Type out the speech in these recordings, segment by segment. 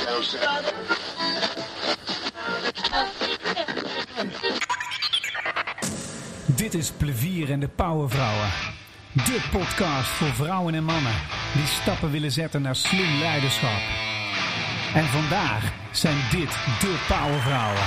Dit is Plevier en de Powervrouwen. De podcast voor vrouwen en mannen die stappen willen zetten naar slim leiderschap. En vandaag zijn dit de Powervrouwen.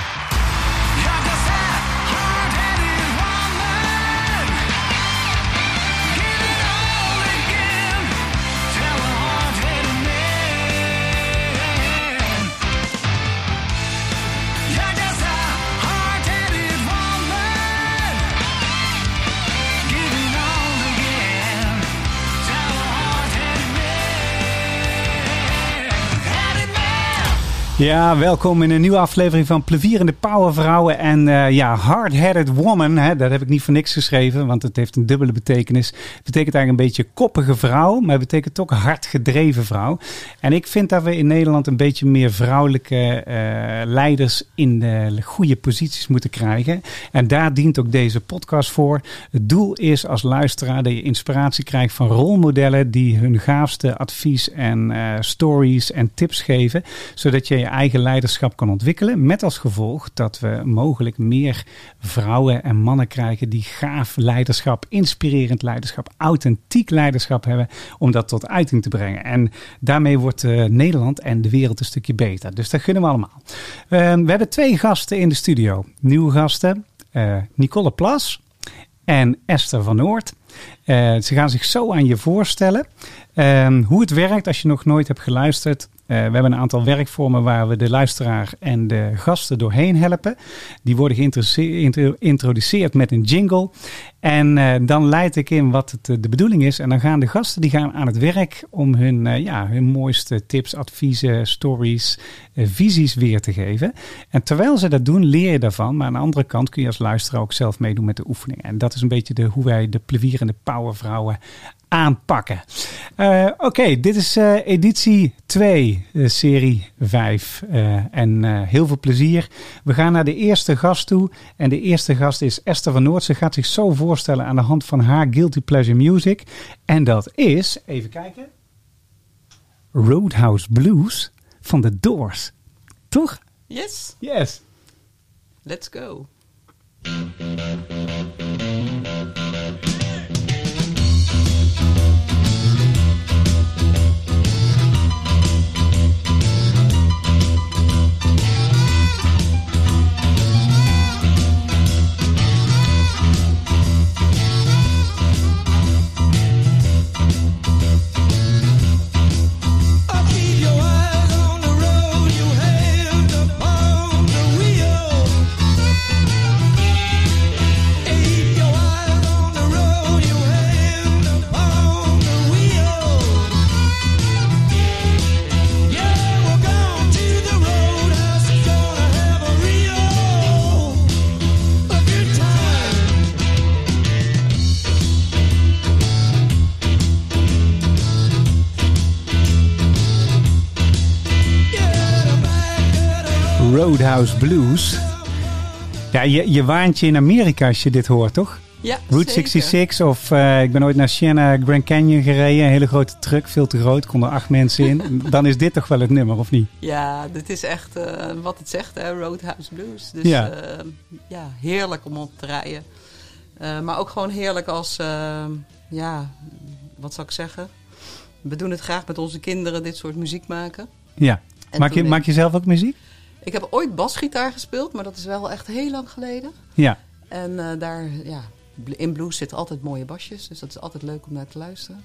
Ja, welkom in een nieuwe aflevering van Plevier en de Powervrouwen. En hard-headed woman, hè, dat heb ik niet voor niks geschreven, want het heeft een dubbele betekenis. Het betekent eigenlijk een beetje koppige vrouw, maar het betekent ook hard gedreven vrouw. En ik vind dat we in Nederland een beetje meer vrouwelijke leiders in de goede posities moeten krijgen. En daar dient ook deze podcast voor. Het doel is als luisteraar dat je inspiratie krijgt van rolmodellen die hun gaafste advies en stories en tips geven, zodat je eigen leiderschap kan ontwikkelen. Met als gevolg dat we mogelijk meer vrouwen en mannen krijgen die gaaf leiderschap, inspirerend leiderschap, authentiek leiderschap hebben om dat tot uiting te brengen. En daarmee wordt Nederland en de wereld een stukje beter. Dus dat gunnen we allemaal. We hebben 2 gasten in de studio. Nieuwe gasten. Nicole Plas en Esther van Noort. Ze gaan zich zo aan je voorstellen. Hoe het werkt als je nog nooit hebt geluisterd. We hebben een aantal werkvormen waar we de luisteraar en de gasten doorheen helpen. Die worden geïntroduceerd met een jingle. En dan leid ik in wat de bedoeling is. En dan gaan de gasten aan het werk om hun mooiste tips, adviezen, stories, visies weer te geven. En terwijl ze dat doen, leer je daarvan. Maar aan de andere kant kun je als luisteraar ook zelf meedoen met de oefeningen. En dat is een beetje hoe wij de Plevier en de Powervrouwen aanpakken. Oké, dit is editie 2, serie 5. Heel veel plezier. We gaan naar de eerste gast toe. En de eerste gast is Esther van Noort. Ze gaat zich zo voorstellen aan de hand van haar Guilty Pleasure Music. En dat is, even kijken, Roadhouse Blues van The Doors. Toch? Yes. Yes. Let's go. Roadhouse Blues. Ja, je waant je in Amerika als je dit hoort, toch? Ja, Route 66 of ik ben ooit naar Siena Grand Canyon gereden. Een hele grote truck, veel te groot. Konden 8 mensen in. Dan is dit toch wel het nummer, of niet? Ja, dit is echt wat het zegt, hè, Roadhouse Blues. Dus heerlijk om op te rijden. Maar ook gewoon heerlijk als, wat zou ik zeggen? We doen het graag met onze kinderen, dit soort muziek maken. Ja. Maak je zelf ook muziek? Ik heb ooit basgitaar gespeeld, maar dat is wel echt heel lang geleden. Ja. En in blues zitten altijd mooie basjes, dus dat is altijd leuk om naar te luisteren.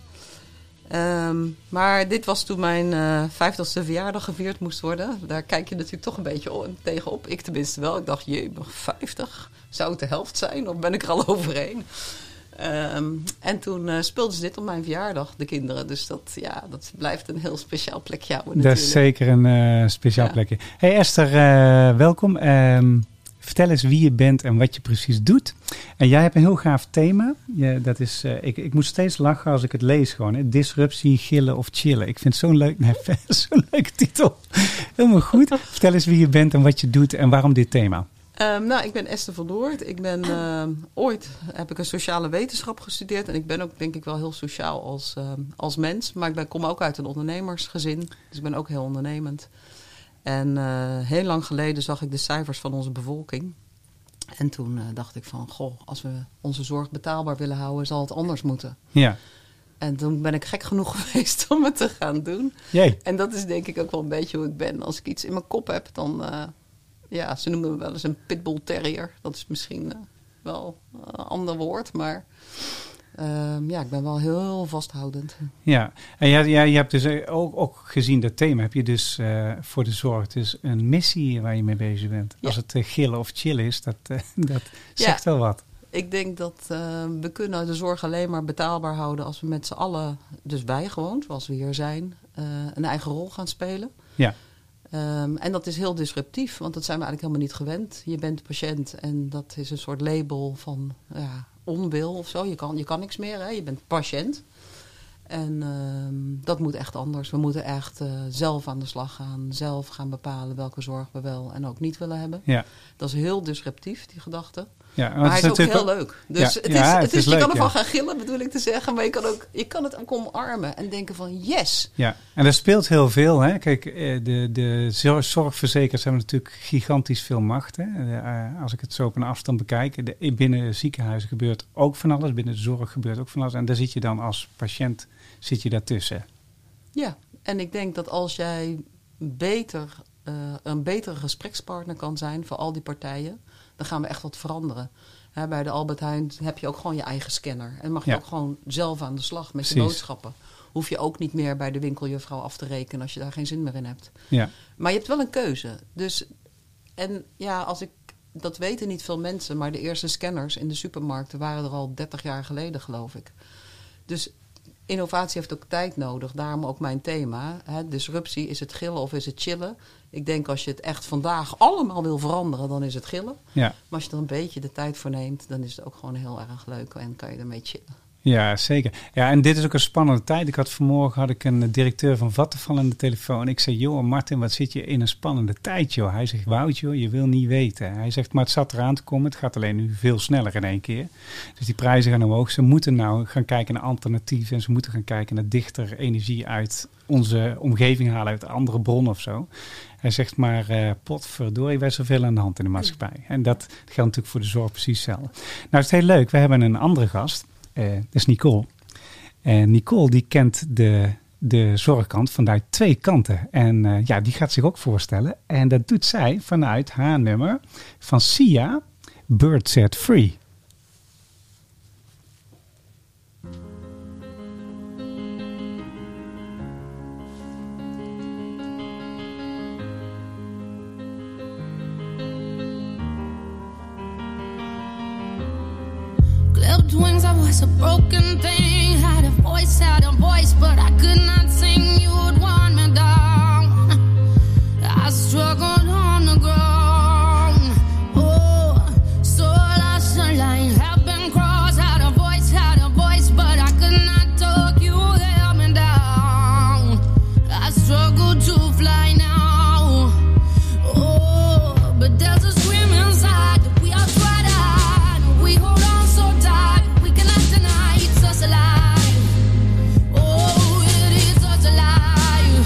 Maar dit was toen mijn 50ste verjaardag gevierd moest worden. Daar kijk je natuurlijk toch een beetje tegenop. Ik tenminste wel. Ik dacht, jee, nog 50? Zou het de helft zijn? Of ben ik er al overheen? En toen speelden ze dit op mijn verjaardag, de kinderen. Dus dat blijft een heel speciaal plekje houden natuurlijk. Dat is zeker een speciaal plekje. Hey Esther, welkom. Vertel eens wie je bent en wat je precies doet. En jij hebt een heel gaaf thema. Dat is, ik moet steeds lachen als ik het lees gewoon. Hè. Disruptie, gillen of chillen. Ik vind het zo'n leuke titel. Helemaal goed. Vertel eens wie je bent en wat je doet en waarom dit thema. Ik ben Esther van Noort. Ik ben ooit heb ik een sociale wetenschap gestudeerd. En ik ben ook denk ik wel heel sociaal als mens. Maar kom ook uit een ondernemersgezin. Dus ik ben ook heel ondernemend. En heel lang geleden zag ik de cijfers van onze bevolking. En toen dacht ik van, als we onze zorg betaalbaar willen houden, zal het anders moeten. Ja. En toen ben ik gek genoeg geweest om het te gaan doen. Jee. En dat is denk ik ook wel een beetje hoe ik ben. Als ik iets in mijn kop heb, dan... ze noemen me wel eens een pitbull terrier. Dat is misschien wel een ander woord, maar... ik ben wel heel vasthoudend. Ja, en je hebt dus ook gezien dat thema. Heb je dus voor de zorg dus een missie waar je mee bezig bent. Ja. Als het gillen of chillen is, dat zegt wel wat. Ik denk dat we kunnen de zorg alleen maar betaalbaar houden als we met z'n allen, dus wij gewoon, zoals we hier zijn, een eigen rol gaan spelen. Ja. En dat is heel disruptief, want dat zijn we eigenlijk helemaal niet gewend. Je bent patiënt en dat is een soort label van onwil of zo. Je kan niks meer, hè? Je bent patiënt. En dat moet echt anders. We moeten echt zelf aan de slag gaan. Zelf gaan bepalen welke zorg we wel en ook niet willen hebben. Ja. Dat is heel disruptief, die gedachte. Ja, maar hij is ook heel leuk. Dus het is je leuk, kan ervan gaan gillen, bedoel ik te zeggen. Maar je kan het ook omarmen en denken van yes. Ja, en er speelt heel veel. Hè? Kijk, de zorgverzekeraars hebben natuurlijk gigantisch veel macht. Hè? Als ik het zo op een afstand bekijk. Binnen ziekenhuizen gebeurt ook van alles. Binnen de zorg gebeurt ook van alles. En daar zit je dan als patiënt daartussen. Ja, en ik denk dat als jij een betere gesprekspartner kan zijn voor al die partijen, dan gaan we echt wat veranderen. Bij de Albert Heijn heb je ook gewoon je eigen scanner. En mag je ook gewoon zelf aan de slag met je boodschappen. Hoef je ook niet meer bij de winkeljuffrouw af te rekenen als je daar geen zin meer in hebt. Ja. Maar je hebt wel een keuze. Dus, dat weten niet veel mensen, maar de eerste scanners in de supermarkten waren er al 30 jaar geleden, geloof ik. Dus innovatie heeft ook tijd nodig. Daarom ook mijn thema. Disruptie, is het gillen of is het chillen? Ik denk als je het echt vandaag allemaal wil veranderen, dan is het gillen. Ja. Maar als je er een beetje de tijd voor neemt, dan is het ook gewoon heel erg leuk en kan je ermee chillen. Ja, zeker. Ja, en dit is ook een spannende tijd. Vanmorgen een directeur van Vattenfall aan de telefoon. Ik zei, joh Martin, wat zit je in een spannende tijd, joh? Hij zegt, Wout, joh, je wil niet weten. Hij zegt, maar het zat eraan te komen. Het gaat alleen nu veel sneller in één keer. Dus die prijzen gaan omhoog. Ze moeten nou gaan kijken naar alternatieven. En ze moeten gaan kijken naar dichter energie uit onze omgeving halen. Uit andere bronnen of zo. Hij zegt maar, potverdorie, wij zoveel aan de hand in de maatschappij. En dat geldt natuurlijk voor de zorg precies hetzelfde. Nou, het is heel leuk. We hebben een andere gast. Dat is Nicole. En Nicole die kent de zorgkant vanuit 2 kanten. En die gaat zich ook voorstellen. En dat doet zij vanuit haar nummer van Sia, Bird Set Free. Clipped wings, I was a broken thing. Had a voice, but I could not sing. You would want me down. I struggled on the ground. Oh, so lost the line. Have been crossed. Had a voice, but I could not talk. You held me down. I struggled to fly now. Oh, but there's a scream inside that we are tried out. We hold on so tight, we cannot deny it's us alive. Oh, it is us alive.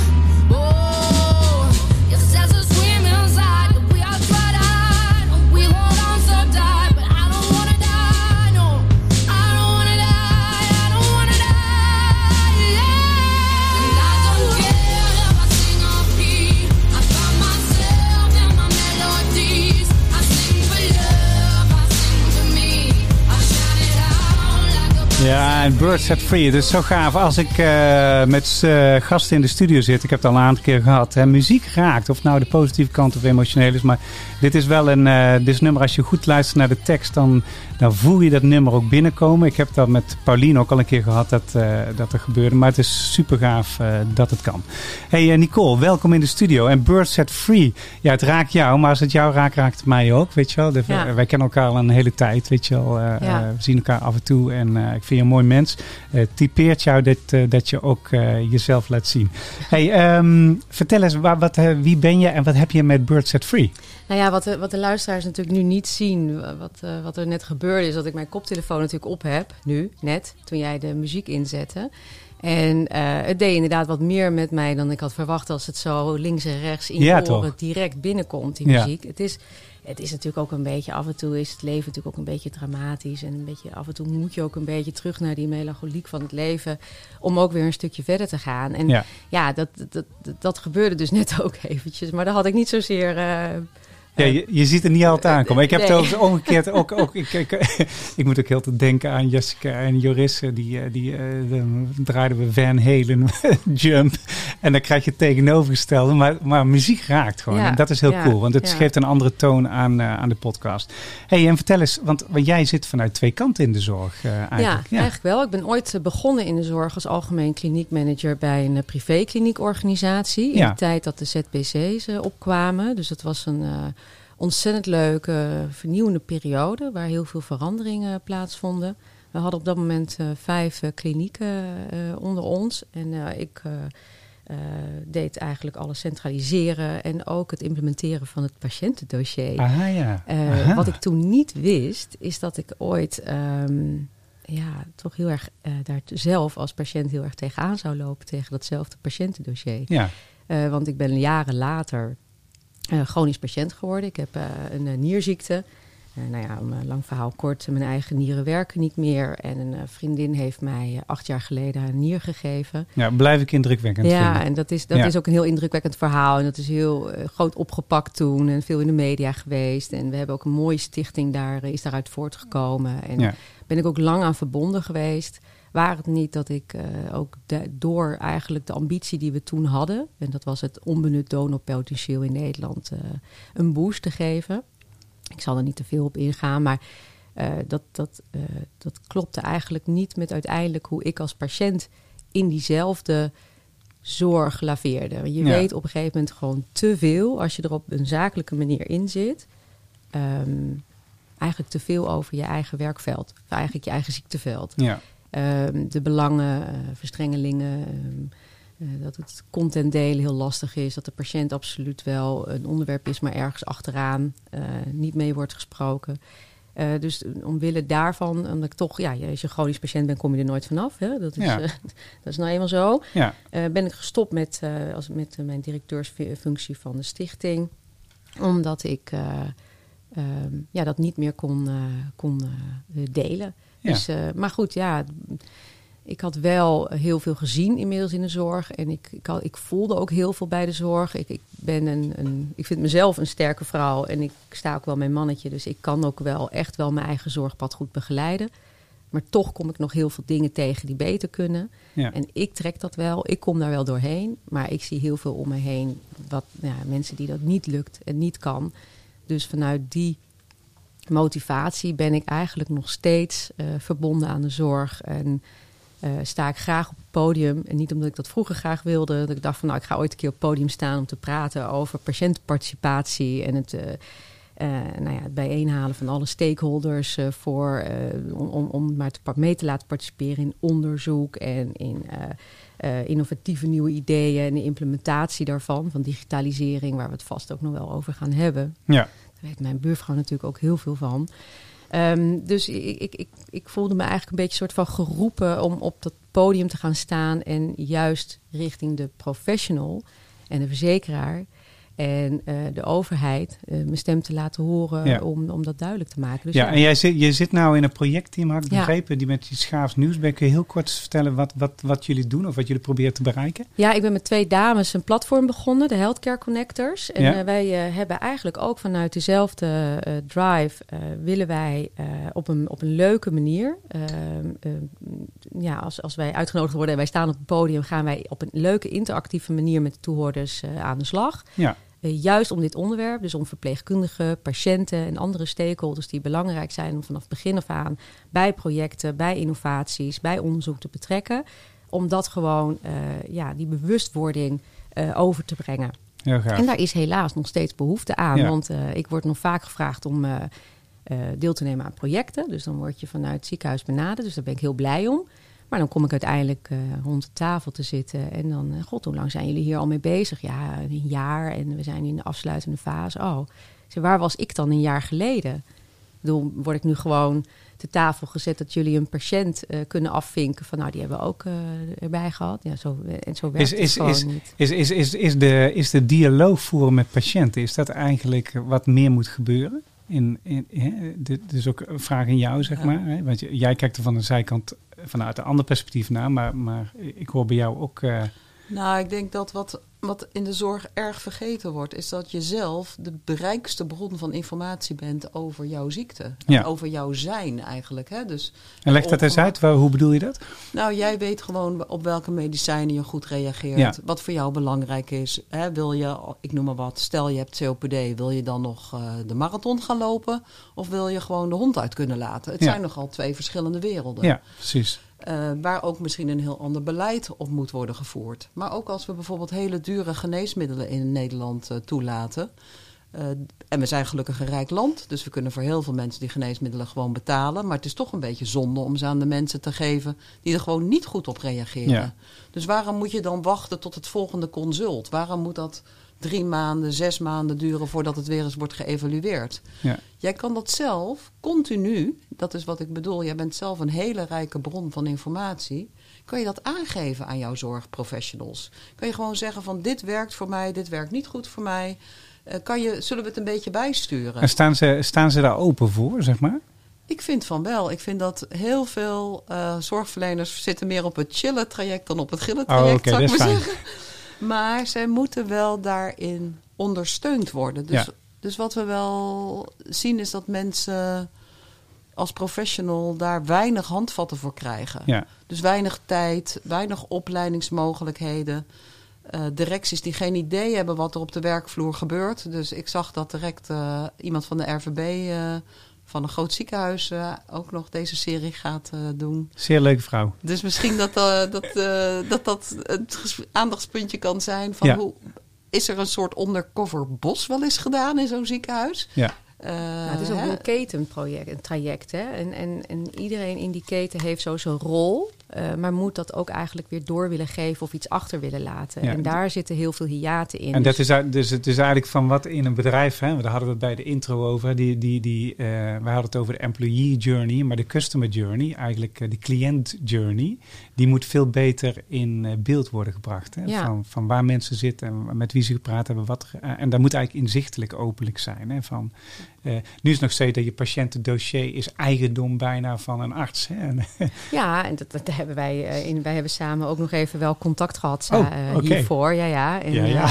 Oh, yes, there's a scream inside that we are tried out. We hold on so tight, but I don't wanna die. No, I don't wanna die. I don't wanna die. Yeah. And I don't care if I sing off key. I find myself in my melodies. I sing for love, I sing for me. I shout it out like a Ja, en Bird Set Free. Het is zo gaaf als ik met gasten in de studio zit. Ik heb het al een aantal keer gehad. Hè, muziek raakt. Of nou de positieve kant of emotioneel is. Maar dit is wel dit nummer. Als je goed luistert naar de tekst, dan voel je dat nummer ook binnenkomen. Ik heb dat met Pauline ook al een keer gehad dat er gebeurde. Maar het is super gaaf dat het kan. Hey Nicole, welkom in de studio. En Bird Set Free. Ja, het raakt jou. Maar als het jou raakt, raakt het mij ook. Weet je wel. Wij kennen elkaar al een hele tijd. Weet je wel. We zien elkaar af en toe. En ik vind je een mooi mens. Typeert jou dat je ook jezelf laat zien. Hey, vertel eens, wie ben je en wat heb je met Bird Set Free? Nou ja, wat de luisteraars natuurlijk nu niet zien, wat er net gebeurde, is dat ik mijn koptelefoon natuurlijk op heb, nu, net, toen jij de muziek inzette. En het deed inderdaad wat meer met mij dan ik had verwacht als het zo links en rechts in Ja, je oren toch? direct binnenkomt, die Ja. muziek. Het is natuurlijk ook een beetje, af en toe is het leven natuurlijk ook een beetje dramatisch. En een beetje, af en toe moet je ook een beetje terug naar die melancholiek van het leven. Om ook weer een stukje verder te gaan. En dat gebeurde dus net ook eventjes. Maar dat had ik niet zozeer... Ja, je ziet het niet altijd aankomen. Ik heb het nee. overigens omgekeerd ook ik moet ook heel te denken aan Jessica en Jorisse. Dan draaiden we Van Halen, Jump. En dan krijg je het tegenovergestelde. Maar muziek raakt gewoon. Ja, en dat is heel ja, cool. Want het ja. geeft een andere toon aan de podcast. Hey, en vertel eens, want jij zit vanuit twee kanten in de zorg eigenlijk. Ja, eigenlijk wel. Ik ben ooit begonnen in de zorg als algemeen kliniekmanager bij een privé-kliniekorganisatie. In de tijd dat de ZBC's opkwamen. Dus dat was een ontzettend leuke, vernieuwende periode waar heel veel veranderingen plaatsvonden. We hadden op dat moment 5 klinieken onder ons. En ik deed eigenlijk alles centraliseren en ook het implementeren van het patiëntendossier. Aha, ja. Aha. Wat ik toen niet wist, is dat ik ooit toch heel erg daar zelf als patiënt heel erg tegenaan zou lopen tegen datzelfde patiëntendossier. Ja. Want ik ben jaren later chronisch patiënt geworden. Ik heb een nierziekte. Om een lang verhaal kort, mijn eigen nieren werken niet meer. En een vriendin heeft mij 8 jaar geleden een nier gegeven. Ja, blijf ik indrukwekkend vinden. Ja, en dat is ook een heel indrukwekkend verhaal. En dat is heel groot opgepakt toen en veel in de media geweest. En we hebben ook een mooie stichting is daaruit voortgekomen. En ben ik ook lang aan verbonden geweest. Waar het niet dat ik ook door eigenlijk de ambitie die we toen hadden... en dat was het onbenut donorpotentieel in Nederland, een boost te geven. Ik zal er niet te veel op ingaan, maar dat klopte eigenlijk niet met uiteindelijk hoe ik als patiënt in diezelfde zorg laveerde. Je weet op een gegeven moment gewoon te veel, als je er op een zakelijke manier in zit... eigenlijk te veel over je eigen werkveld, of eigenlijk je eigen ziekteveld. Ja. De belangen, verstrengelingen, dat het content delen heel lastig is. Dat de patiënt absoluut wel een onderwerp is, maar ergens achteraan niet mee wordt gesproken. Dus omwille daarvan, omdat ik toch, als je chronisch patiënt bent, kom je er nooit vanaf. Hè? Dat is nou eenmaal zo. Ja. Ben ik gestopt met mijn directeursfunctie van de stichting. Omdat ik dat niet meer kon delen. Ja. Dus, maar goed, ik had wel heel veel gezien inmiddels in de zorg. En ik voelde ook heel veel bij de zorg. Ik vind mezelf een sterke vrouw. En ik sta ook wel mijn mannetje. Dus ik kan ook wel echt wel mijn eigen zorgpad goed begeleiden. Maar toch kom ik nog heel veel dingen tegen die beter kunnen. Ja. En ik trek dat wel. Ik kom daar wel doorheen. Maar ik zie heel veel om me heen. Mensen die dat niet lukt en niet kan. Dus vanuit die motivatie ben ik eigenlijk nog steeds verbonden aan de zorg. En sta ik graag op het podium. En niet omdat ik dat vroeger graag wilde. Dat ik dacht van ik ga ooit een keer op het podium staan om te praten over patiëntenparticipatie. En het bijeenhalen van alle stakeholders om maar mee te laten participeren in onderzoek en in innovatieve nieuwe ideeën en de implementatie daarvan, van digitalisering, waar we het vast ook nog wel over gaan hebben. Ja. Daar weet mijn buurvrouw natuurlijk ook heel veel van. Dus ik voelde me eigenlijk een beetje soort van geroepen om op dat podium te gaan staan en juist richting de professional en de verzekeraar en de overheid mijn stem te laten horen om dat duidelijk te maken. Dus en je zit nou in een projectteam, had ik begrepen, die met die Schaafs Nieuwsbek. Kun je heel kort vertellen wat jullie doen of wat jullie proberen te bereiken? Ja, ik ben met 2 dames een platform begonnen, de Healthcare Connectors. En wij hebben eigenlijk ook vanuit dezelfde drive willen wij op een leuke manier, als wij uitgenodigd worden en wij staan op het podium, gaan wij op een leuke interactieve manier met de toehoorders aan de slag. Ja. Juist om dit onderwerp, dus om verpleegkundigen, patiënten en andere stakeholders die belangrijk zijn om vanaf het begin af aan bij projecten, bij innovaties, bij onderzoek te betrekken. Om dat gewoon, die bewustwording over te brengen. Heel gaaf. En daar is helaas nog steeds behoefte aan. Want ik word nog vaak gevraagd om deel te nemen aan projecten. Dus dan word je vanuit het ziekenhuis benaderd. Dus daar ben ik heel blij om. Maar dan kom ik uiteindelijk rond de tafel te zitten. En dan, hoe lang zijn jullie hier al mee bezig? Ja, 1 jaar en we zijn in de afsluitende fase. Oh, waar was ik dan 1 jaar geleden? bedoel, word ik nu gewoon te tafel gezet dat jullie een patiënt kunnen afvinken van, nou, die hebben we ook erbij gehad. Ja, zo werkt het gewoon niet. Is de dialoog voeren met patiënten, is dat eigenlijk wat meer moet gebeuren? Dit is ook een vraag in jou, zeg maar. Hè? Want jij kijkt er van de zijkant vanuit een ander perspectief naar, maar ik hoor bij jou ook... Nou, ik denk dat wat in de zorg erg vergeten wordt, is dat je zelf de rijkste bron van informatie bent over jouw ziekte. Ja. Over jouw zijn eigenlijk. Hè? Dus en leg dat eens uit, hoe bedoel je dat? Nou, jij weet gewoon op welke medicijnen je goed reageert. Ja. Wat voor jou belangrijk is. Hè? Wil je, ik noem maar wat, stel je hebt COPD, wil je dan nog de marathon gaan lopen? Of wil je gewoon de hond uit kunnen laten? Het zijn nogal 2 verschillende werelden. Ja, precies. Waar ook misschien een heel ander beleid op moet worden gevoerd. Maar ook als we bijvoorbeeld hele dure geneesmiddelen in Nederland toelaten. En we zijn gelukkig een rijk land. Dus we kunnen voor heel veel mensen die geneesmiddelen gewoon betalen. Maar het is toch een beetje zonde om ze aan de mensen te geven die er gewoon niet goed op reageren. Ja. Dus waarom moet je dan wachten tot het volgende consult? Waarom moet dat 3 maanden, 6 maanden duren voordat het weer eens wordt geëvalueerd? Ja. Jij kan dat zelf continu, dat is wat ik bedoel, jij bent zelf een hele rijke bron van informatie. Kan je dat aangeven aan jouw zorgprofessionals? Kan je gewoon zeggen van dit werkt voor mij, dit werkt niet goed voor mij. Zullen we het een beetje bijsturen? En staan ze daar open voor, zeg maar? Ik vind van wel. Ik vind dat heel veel zorgverleners zitten meer op het chillen traject dan op het gillen traject, zou ik maar zeggen. Maar zij moeten wel daarin ondersteund worden. Dus wat we wel zien is dat mensen als professional daar weinig handvatten voor krijgen. Ja. Dus weinig tijd, weinig opleidingsmogelijkheden. Directies die geen idee hebben wat er op de werkvloer gebeurt. Dus ik zag dat direct iemand van de RVB van een groot ziekenhuis ook nog deze serie gaat doen. Zeer leuke vrouw. Dus misschien dat het aandachtspuntje kan zijn van hoe is er een soort undercover bos wel eens gedaan in zo'n ziekenhuis? Ja. Het is ook een ketenproject, een traject. Hè? En iedereen in die keten heeft zo zijn rol. Maar moet dat ook eigenlijk weer door willen geven of iets achter willen laten. Ja. En daar zitten heel veel hiaten in. En dat is dus het is eigenlijk van wat in een bedrijf, hè, we hadden het bij de intro over. We hadden het over de employee journey, maar de customer journey, eigenlijk de cliënt journey, die moet veel beter in beeld worden gebracht. Hè? Ja. Van waar mensen zitten en met wie ze gepraat hebben. En dat moet eigenlijk inzichtelijk, openlijk zijn. Hè? Nu is het nog steeds dat je patiëntendossier is eigendom bijna van een arts. Hè? Ja, en dat hebben wij hebben samen ook nog even wel contact gehad hiervoor. Ja.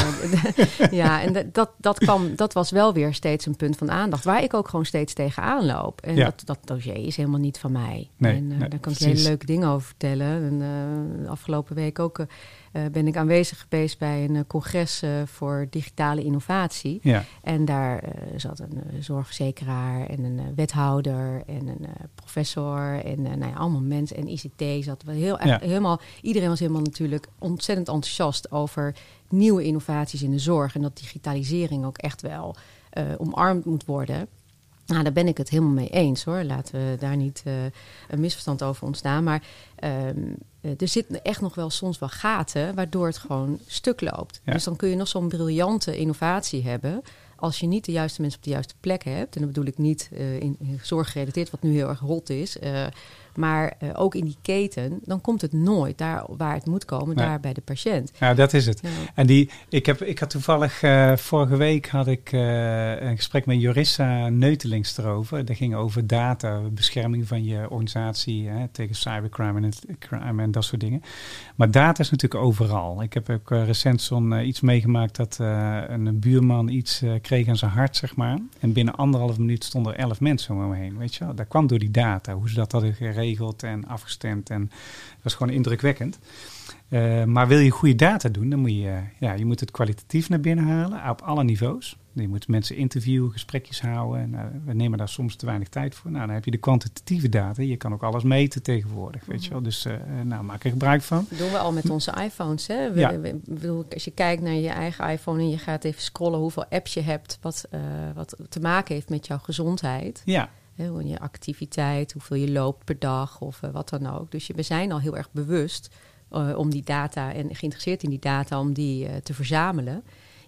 En dat was wel weer steeds een punt van aandacht. Waar ik ook gewoon steeds tegenaan loop. En dat dossier is helemaal niet van mij. Daar kan ik hele leuke dingen over vertellen. En de afgelopen week ook ben ik aanwezig geweest bij een congres voor digitale innovatie. Ja. En daar zat een zorgverzekeraar en een wethouder en een professor en allemaal mensen. En ICT zat helemaal. Iedereen was helemaal natuurlijk ontzettend enthousiast over nieuwe innovaties in de zorg. En dat digitalisering ook echt wel omarmd moet worden. Nou, daar ben ik het helemaal mee eens, hoor. Laten we daar niet een misverstand over ontstaan. Maar er zitten echt nog wel soms wel gaten waardoor het gewoon stuk loopt. Ja. Dus dan kun je nog zo'n briljante innovatie hebben. Als je niet de juiste mensen op de juiste plek hebt. En dat bedoel ik niet in zorggerelateerd, wat nu heel erg hot is. Maar ook in die keten, dan komt het nooit daar waar het moet komen, daar bij de patiënt. Ja, dat is het. Ja. En ik had toevallig, vorige week had ik een gesprek met Jorissa Neutelings erover. Dat ging over data, bescherming van je organisatie tegen cybercrime en dat soort dingen. Maar data is natuurlijk overal. Ik heb ook recent iets meegemaakt dat een buurman iets kreeg aan zijn hart, zeg maar. En binnen 1,5 minuut stonden er 11 mensen om hem heen. Weet je wel? Dat kwam door die data, hoe ze dat hadden geregeld en afgestemd. En dat was gewoon indrukwekkend. Maar wil je goede data doen, dan moet je moet het kwalitatief naar binnen halen op alle niveaus. Je moet mensen interviewen, gesprekjes houden. Nou, we nemen daar soms te weinig tijd voor. Nou, dan heb je de kwantitatieve data. Je kan ook alles meten tegenwoordig, weet je wel. Dus maak er gebruik van. Dat doen we al met onze iPhones, hè? Als je kijkt naar je eigen iPhone en je gaat even scrollen hoeveel apps je hebt wat te maken heeft met jouw gezondheid. Ja. Je activiteit, hoeveel je loopt per dag of wat dan ook. Dus we zijn al heel erg bewust om die data en geïnteresseerd in die data om die te verzamelen.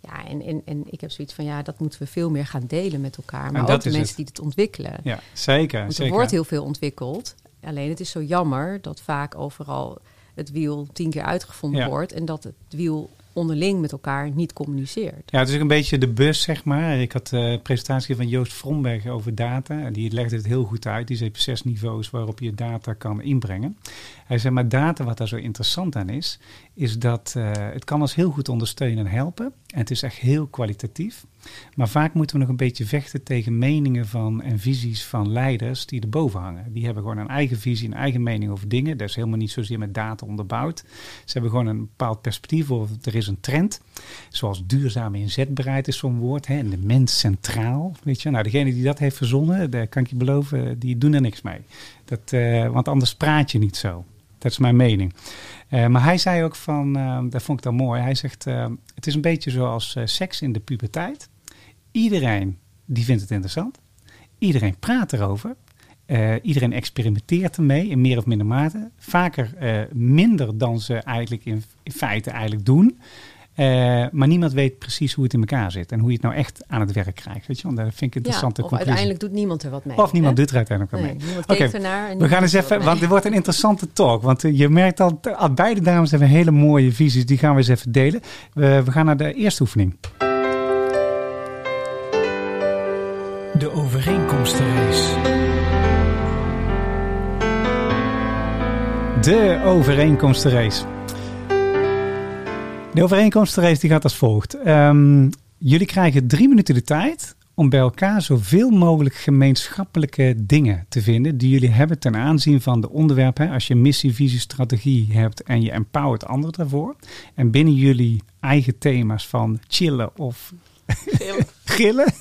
Ja, en ik heb zoiets van, dat moeten we veel meer gaan delen met elkaar. Maar dat ook de is mensen die het ontwikkelen. Ja, zeker. Want er zeker. wordt heel veel ontwikkeld. Alleen het is zo jammer dat vaak overal het wiel 10 keer uitgevonden wordt. En dat het wiel onderling met elkaar niet communiceert. Ja, het is ook een beetje de bus, zeg maar. Ik had een presentatie van Joost Vromberg over data. En die legde het heel goed uit. Die zei 6 niveaus waarop je data kan inbrengen. Hij zei, maar data, wat daar zo interessant aan is dat het kan ons heel goed ondersteunen en helpen. En het is echt heel kwalitatief. Maar vaak moeten we nog een beetje vechten tegen meningen en visies van leiders die erboven hangen. Die hebben gewoon een eigen visie, een eigen mening over dingen. Dat is helemaal niet zozeer met data onderbouwd. Ze hebben gewoon een bepaald perspectief of er is een trend. Zoals duurzame inzetbaarheid is zo'n woord. Hè, en de mens centraal. Weet je? Nou, degene die dat heeft verzonnen, daar kan ik je beloven, die doen er niks mee. Want anders praat je niet zo. Dat is mijn mening. Maar hij zei ook van, dat vond ik dan mooi. Hij zegt, het is een beetje zoals seks in de puberteit. Iedereen die vindt het interessant. Iedereen praat erover. Iedereen experimenteert ermee in meer of minder mate. Vaker minder dan ze eigenlijk in feite eigenlijk doen. Maar niemand weet precies hoe het in elkaar zit. En hoe je het nou echt aan het werk krijgt. Weet je? Want dat vind ik een interessante conclusie. Uiteindelijk doet niemand er wat mee. Of niemand doet er uiteindelijk wat mee. Niemand kijkt ernaar. En we gaan eens even, want dit wordt een interessante talk. Want je merkt al beide dames hebben hele mooie visies. Die gaan we eens even delen. We gaan naar de eerste oefening. De overeenkomstenrace. De overeenkomstenrace. De overeenkomstenrace die gaat als volgt. Jullie krijgen 3 minuten de tijd om bij elkaar zoveel mogelijk gemeenschappelijke dingen te vinden die jullie hebben ten aanzien van de onderwerpen. Als je missie, visie, strategie hebt en je empowert anderen daarvoor. En binnen jullie eigen thema's van chillen of gillen.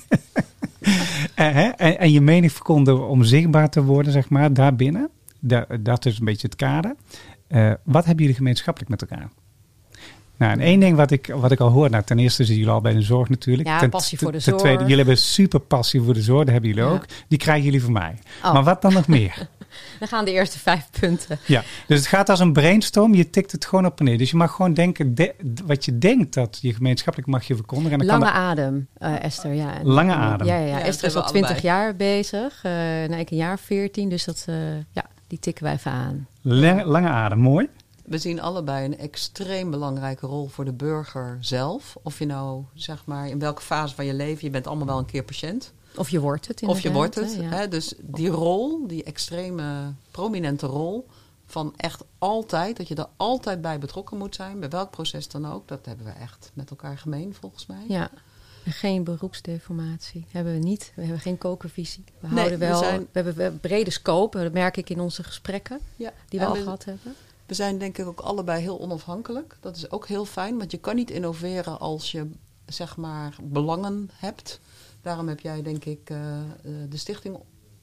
En je mening verkondigen om zichtbaar te worden, zeg maar, daarbinnen. Dat is een beetje het kader. Wat hebben jullie gemeenschappelijk met elkaar? Nou, en één ding wat ik al hoor. Nou, ten eerste zitten jullie al bij de zorg natuurlijk. Ja, passie voor de zorg. Ten tweede, jullie hebben super passie voor de zorg. Dat hebben jullie ook. Die krijgen jullie van mij. Oh. Maar wat dan nog meer? Dan gaan de eerste 5 punten. Ja, dus het gaat als een brainstorm. Je tikt het gewoon op en neer. Dus je mag gewoon denken wat je denkt dat je gemeenschappelijk mag je verkondigen. En dan Lange adem, Esther. Ja. Lange adem. Ja, Esther is al 20 jaar bezig. Ik een jaar 14. Dus die tikken wij even aan. Lange adem, mooi. We zien allebei een extreem belangrijke rol voor de burger zelf. Of je nou, zeg maar, in welke fase van je leven, je bent allemaal wel een keer patiënt. Of je wordt het inderdaad. Of je wordt het. Ja. Hè? Dus die rol, die extreme prominente rol van echt altijd, dat je er altijd bij betrokken moet zijn, bij welk proces dan ook, dat hebben we echt met elkaar gemeen volgens mij. Ja. En geen beroepsdeformatie. Hebben we niet. We hebben geen kokervisie. We hebben een brede scope. Dat merk ik in onze gesprekken die we al gehad hebben. We zijn denk ik ook allebei heel onafhankelijk. Dat is ook heel fijn, want je kan niet innoveren als je, zeg maar, belangen hebt. Daarom heb jij denk ik de stichting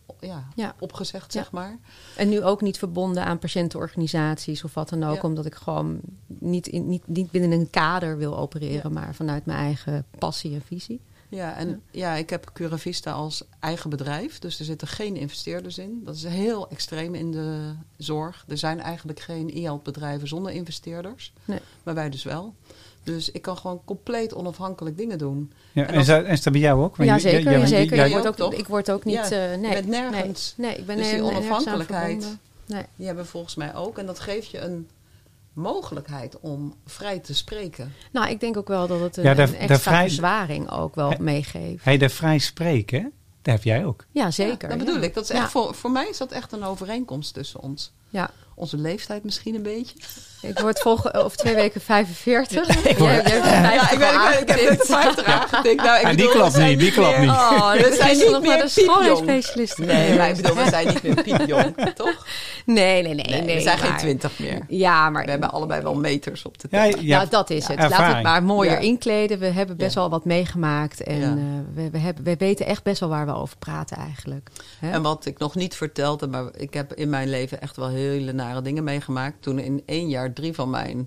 opgezegd, zeg maar. En nu ook niet verbonden aan patiëntenorganisaties of wat dan ook. Omdat ik gewoon niet binnen een kader wil opereren, maar vanuit mijn eigen passie en visie. Ja, en ik heb Curavista als eigen bedrijf. Dus er zitten geen investeerders in. Dat is heel extreem in de zorg. Er zijn eigenlijk geen e-health-bedrijven zonder investeerders. Nee. Maar wij dus wel. Dus ik kan gewoon compleet onafhankelijk dingen doen. Ja, en is dat bij jou ook? Ja, zeker. Ik word ook niet... Je bent nergens. Nee, ik ben dus die onafhankelijkheid, die hebben volgens mij ook. En dat geeft je een mogelijkheid om vrij te spreken. Nou, ik denk ook wel dat het een extra verzwaring ook wel meegeeft. Dat vrij spreken, dat heb jij ook. Ja, zeker. Dat bedoel ik. Dat is echt voor mij is dat echt een overeenkomst tussen ons. Ja. Onze leeftijd misschien een beetje. Ik word over 2 weken 45. Ik heb net 50 aangetikt. Nou, die klopt niet. Oh, we zijn niet meer schoonheidsspecialisten. Nee, maar ik bedoel, we zijn niet meer piepjong, toch? Nee. We zijn geen 20 meer. Ja, maar... We hebben allebei wel meters op de tek. Ja, dat is het. Laten we het maar mooier inkleden. We hebben best wel wat meegemaakt. En we weten echt best wel waar we over praten eigenlijk. Hè? En wat ik nog niet vertelde, maar ik heb in mijn leven echt wel hele nare dingen meegemaakt. Toen in 1 jaar 3 van mijn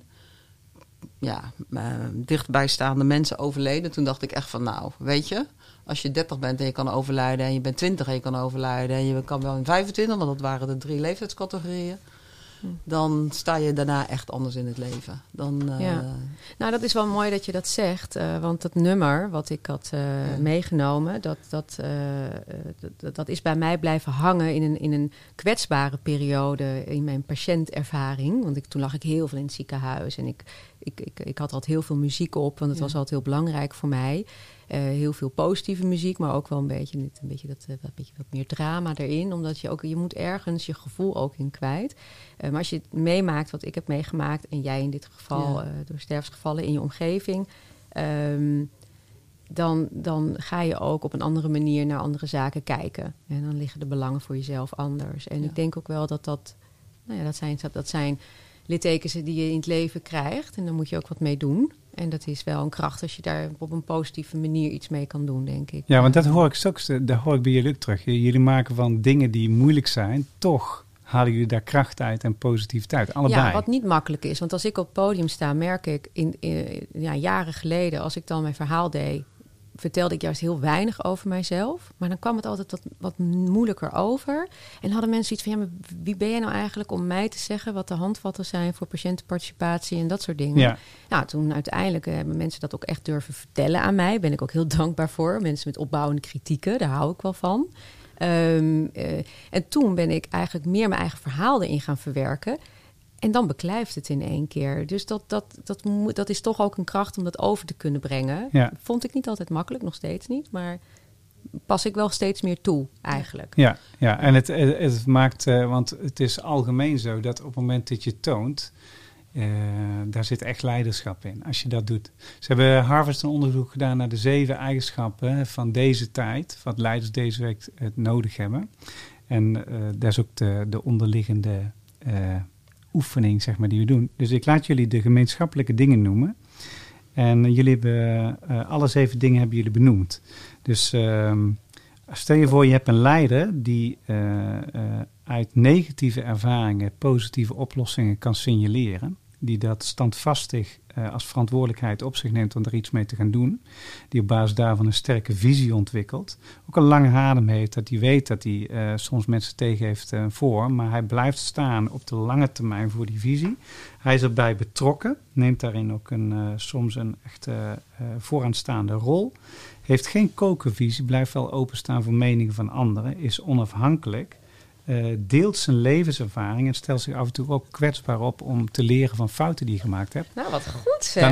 dichtbijstaande mensen overleden. Toen dacht ik echt van, nou, weet je, als je 30 bent en je kan overlijden en je bent 20 en je kan overlijden en je kan wel in 25, want dat waren de 3 leeftijdscategorieën. dan sta je daarna echt anders in het leven. Nou, dat is wel mooi dat je dat zegt. Want dat nummer wat ik had meegenomen, dat is bij mij blijven hangen in een kwetsbare periode in mijn patiëntervaring. Want toen lag ik heel veel in het ziekenhuis en ik had altijd heel veel muziek op, want het was altijd heel belangrijk voor mij. Heel veel positieve muziek, maar ook wel een beetje wat meer drama erin. Omdat je moet ergens je gevoel ook in kwijt. Maar als je het meemaakt wat ik heb meegemaakt, en jij in dit geval door sterfsgevallen in je omgeving, dan ga je ook op een andere manier naar andere zaken kijken. En dan liggen de belangen voor jezelf anders. En ik denk ook wel dat zijn littekens die je in het leven krijgt. En daar moet je ook wat mee doen. En dat is wel een kracht als je daar op een positieve manier iets mee kan doen, denk ik. Ja, want dat hoor ik bij jullie ook terug. Jullie maken van dingen die moeilijk zijn, toch halen jullie daar kracht uit en positiviteit. Allebei. Ja, wat niet makkelijk is. Want als ik op het podium sta, merk ik jaren geleden, als ik dan mijn verhaal deed, vertelde ik juist heel weinig over mijzelf. Maar dan kwam het altijd wat moeilijker over. En hadden mensen iets van, maar wie ben jij nou eigenlijk om mij te zeggen wat de handvatten zijn voor patiëntenparticipatie en dat soort dingen. Ja. Nou, toen uiteindelijk hebben mensen dat ook echt durven vertellen aan mij. Ben ik ook heel dankbaar voor. Mensen met opbouwende kritieken, daar hou ik wel van. En toen ben ik eigenlijk meer mijn eigen verhaal erin gaan verwerken. En dan beklijft het in één keer. Dus dat is toch ook een kracht om dat over te kunnen brengen. Ja. Vond ik niet altijd makkelijk, nog steeds niet. Maar pas ik wel steeds meer toe, eigenlijk. Ja, en het maakt, want het is algemeen zo dat op het moment dat je toont, daar zit echt leiderschap in, als je dat doet. Ze hebben Harvard een onderzoek gedaan naar de 7 eigenschappen van deze tijd, wat leiders deze week het nodig hebben. En daar is ook de onderliggende oefening, zeg maar, die we doen. Dus ik laat jullie de gemeenschappelijke dingen noemen. En jullie hebben alle 7 dingen hebben jullie benoemd. Dus stel je voor, je hebt een leider die uit negatieve ervaringen positieve oplossingen kan signaleren. Die dat standvastig als verantwoordelijkheid op zich neemt om er iets mee te gaan doen. Die op basis daarvan een sterke visie ontwikkelt. Ook een lange adem heeft, dat hij weet dat hij soms mensen tegen heeft voor. Maar hij blijft staan op de lange termijn voor die visie. Hij is erbij betrokken. Neemt daarin ook soms een echt vooraanstaande rol. Heeft geen kokervisie. Blijft wel openstaan voor meningen van anderen. Is onafhankelijk. Deelt zijn levenservaring en stelt zich af en toe ook kwetsbaar op om te leren van fouten die je gemaakt hebt. Nou, wat goed zeg.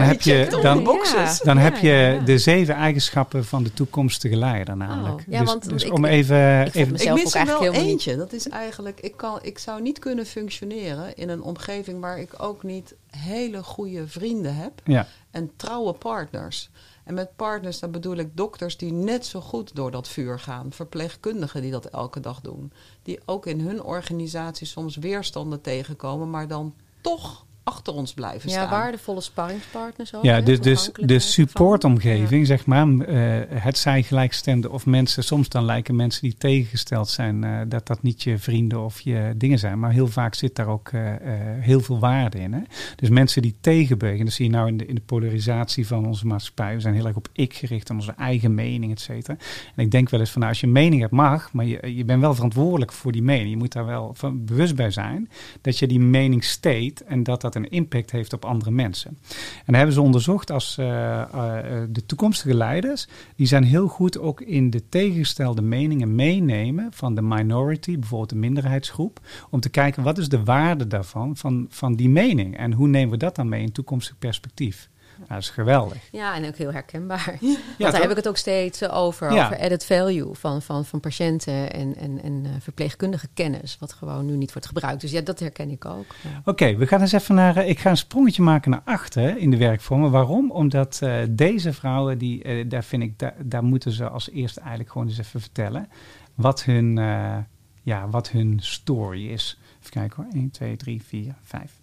Dan heb je de 7 eigenschappen van de toekomstige leider namelijk. Ja, dus ik mis er wel eentje. Dat is eigenlijk, ik zou niet kunnen functioneren in een omgeving waar ik ook niet hele goede vrienden heb en trouwe partners. En met partners, dan bedoel ik dokters die net zo goed door dat vuur gaan. Verpleegkundigen die dat elke dag doen. Die ook in hun organisatie soms weerstanden tegenkomen, maar dan toch achter ons blijven staan. Ja, waardevolle sparringspartners ook. Ja, dus de supportomgeving, zeg maar. Het zijn gelijkstemden of mensen. Soms dan lijken mensen die tegengesteld zijn, dat niet je vrienden of je dingen zijn. Maar heel vaak zit daar ook heel veel waarde in. Hè? Dus mensen die tegenbewegen, dat zie je nou in de polarisatie van onze maatschappij. We zijn heel erg op ik gericht en onze eigen mening, et cetera. En ik denk wel eens van, als je een mening hebt, mag, maar je bent wel verantwoordelijk voor die mening. Je moet daar wel van bewust bij zijn dat je die mening steekt en dat een impact heeft op andere mensen. En dan hebben ze onderzocht als de toekomstige leiders, die zijn heel goed ook in de tegengestelde meningen meenemen van de minority, bijvoorbeeld de minderheidsgroep, om te kijken wat is de waarde daarvan, van die mening en hoe nemen we dat dan mee in toekomstig perspectief. Nou, dat is geweldig. Ja, en ook heel herkenbaar. Want daar heb ik het ook steeds over added value van patiënten en verpleegkundige kennis, wat gewoon nu niet wordt gebruikt. Dus ja, dat herken ik ook. Ja. Oké, we gaan eens even ik ga een sprongetje maken naar achter in de werkvormen. Waarom? Omdat deze vrouwen, daar moeten ze als eerste eigenlijk gewoon eens even vertellen wat hun story is. Even kijken hoor. 1, 2, 3, 4, 5.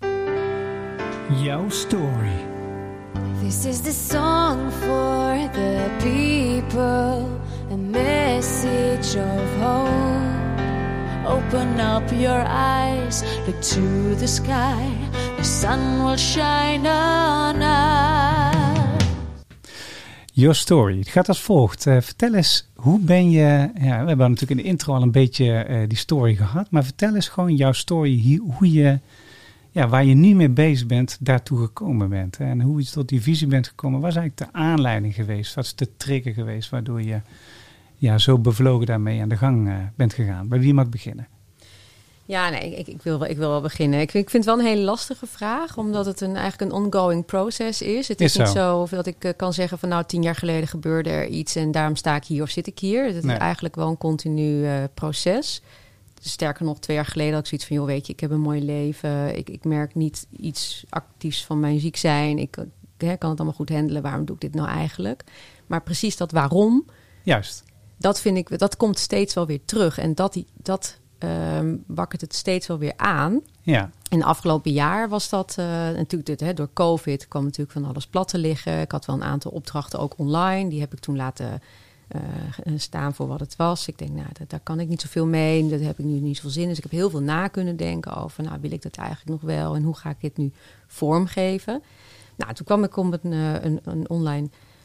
Jouw story. This is the song for the people, a message of hope. Open up your eyes, look to the sky, the sun will shine on us. Your story. Het gaat als volgt. Vertel eens, hoe ben je... Ja, we hebben natuurlijk in de intro al een beetje die story gehad. Maar vertel eens gewoon jouw story. Hoe je, waar je nu mee bezig bent, daartoe gekomen bent. Hè? En hoe je tot die visie bent gekomen. Wat is eigenlijk de aanleiding geweest? Wat is de trigger geweest waardoor je zo bevlogen daarmee aan de gang bent gegaan? Bij wie mag ik beginnen? Ja, nee, ik wil wel beginnen. Ik vind het wel een hele lastige vraag, omdat het eigenlijk een ongoing process is. Het is niet zo dat ik kan zeggen van 10 jaar geleden gebeurde er iets en daarom sta ik hier of zit ik hier. Het is eigenlijk wel een continu proces. Sterker nog, 2 jaar geleden had ik zoiets van, weet je, ik heb een mooi leven. Ik merk niet iets actiefs van mijn ziek zijn. Ik kan het allemaal goed handelen. Waarom doe ik dit nou eigenlijk? Maar precies dat waarom, juist, dat vind ik, dat komt steeds wel weer terug. En dat wakkert het steeds wel weer aan. Ja. In het afgelopen jaar was dat natuurlijk door COVID kwam natuurlijk van alles plat te liggen. Ik had wel een aantal opdrachten ook online. Die heb ik toen laten staan voor wat het was. Ik denk, daar kan ik niet zoveel mee. Daar heb ik nu niet zoveel zin in. Dus ik heb heel veel na kunnen denken over, wil ik dat eigenlijk nog wel? En hoe ga ik dit nu vormgeven? Toen kwam ik op een online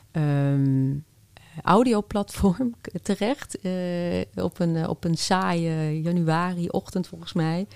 audioplatform terecht. Op een saaie januari-ochtend volgens mij.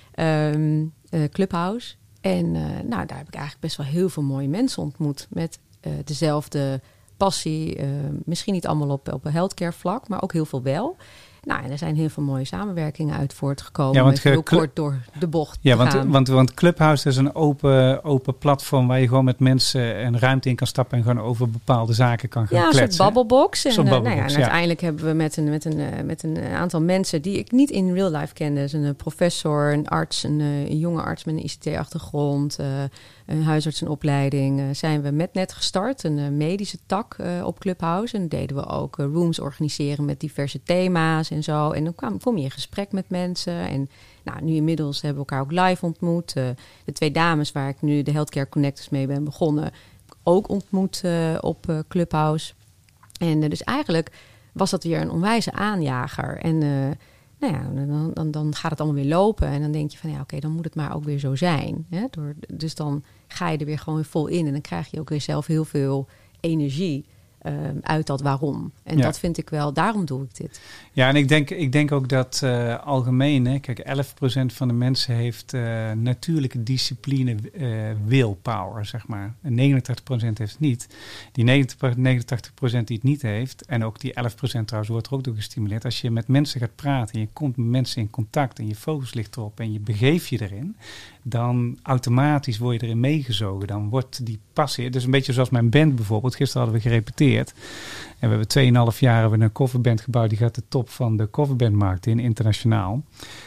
Clubhouse. En daar heb ik eigenlijk best wel heel veel mooie mensen ontmoet. Met dezelfde passie. Misschien niet allemaal op een healthcare vlak, maar ook heel veel wel. En er zijn heel veel mooie samenwerkingen uit voortgekomen. Ja, want heel kort door de bocht te gaan. Want Clubhouse is een open platform waar je gewoon met mensen een ruimte in kan stappen en gewoon over bepaalde zaken kan gaan kletsen. Ja, een soort babbelbox. En uiteindelijk hebben we met een aantal mensen die ik niet in real life kende. Dus een professor, een arts, een jonge arts met een ICT-achtergrond, een huisarts en opleiding, zijn we met net gestart. Een medische tak op Clubhouse. En deden we ook rooms organiseren met diverse thema's en zo. En dan kom je in gesprek met mensen. En nu inmiddels hebben we elkaar ook live ontmoet. De 2 dames waar ik nu de Healthcare Connectors mee ben begonnen, ook ontmoet op Clubhouse. En dus eigenlijk was dat weer een onwijze aanjager. En dan gaat het allemaal weer lopen. En dan denk je van, dan moet het maar ook weer zo zijn. Hè? Dus dan ga je er weer gewoon vol in. En dan krijg je ook weer zelf heel veel energie uit dat waarom. En dat vind ik wel, daarom doe ik dit. Ja, en ik denk ook dat algemeen, kijk, 11% van de mensen heeft natuurlijke discipline, willpower, zeg maar. En 89% heeft het niet. Die 89% die het niet heeft, en ook die 11% trouwens wordt er ook door gestimuleerd. Als je met mensen gaat praten en je komt met mensen in contact en je focus ligt erop en je begeeft je erin, dan automatisch word je erin meegezogen. Dan wordt die passie, het is een beetje zoals mijn band bijvoorbeeld. Gisteren hadden we gerepeteerd. En we hebben 2,5 jaar een coverband gebouwd. Die gaat de top van de coverbandmarkt in, internationaal.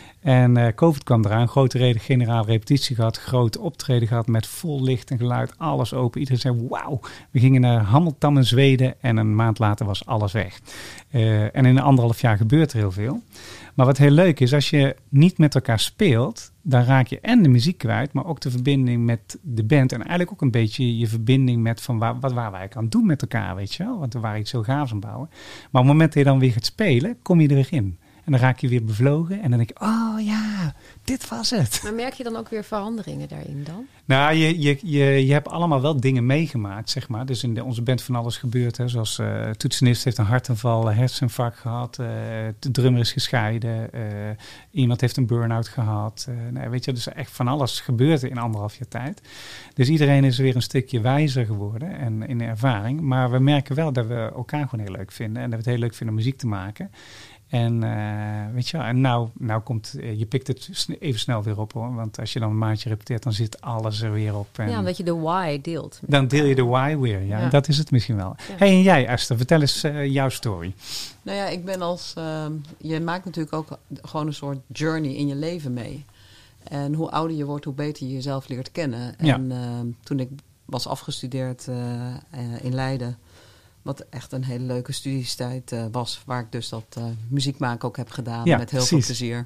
En COVID kwam eraan. Grote generale repetitie gehad. Grote optreden gehad met vol licht en geluid. Alles open. Iedereen zei wauw. We gingen naar Hammeltam in Zweden. En een maand later was alles weg. En in 1,5 jaar gebeurt er heel veel. Maar wat heel leuk is, als je niet met elkaar speelt, dan raak je en de muziek kwijt, maar ook de verbinding met de band. En eigenlijk ook een beetje je verbinding met van wat waren wij eigenlijk aan het doen met elkaar, weet je wel. Want we waren iets zo gaafs aan het bouwen. Maar op het moment dat je dan weer gaat spelen, kom je er weer in. En dan raak je weer bevlogen en dan denk je, oh ja, dit was het. Maar merk je dan ook weer veranderingen daarin dan? Nou, je hebt allemaal wel dingen meegemaakt, zeg maar. Dus in onze band van alles gebeurd. Hè. Zoals toetsenist heeft een hartaanval, herseninfarct gehad. De drummer is gescheiden. Iemand heeft een burn-out gehad. Weet je, dus echt van alles gebeurt in 1,5 jaar tijd. Dus iedereen is weer een stukje wijzer geworden en in de ervaring. Maar we merken wel dat we elkaar gewoon heel leuk vinden. En dat we het heel leuk vinden om muziek te maken. En weet je wel, en nou komt, je pikt het even snel weer op hoor. Want als je dan een maandje repeteert, dan zit alles er weer op. En omdat je de why deelt. Dan deel je de why weer, ja. En dat is het misschien wel. Ja. Hey, en jij Esther, vertel eens jouw story. Nou ja, ik ben je maakt natuurlijk ook gewoon een soort journey in je leven mee. En hoe ouder je wordt, hoe beter je jezelf leert kennen. En toen ik was afgestudeerd in Leiden, wat echt een hele leuke studiestijd was. Waar ik dus dat muziek maken ook heb gedaan. Met heel veel plezier.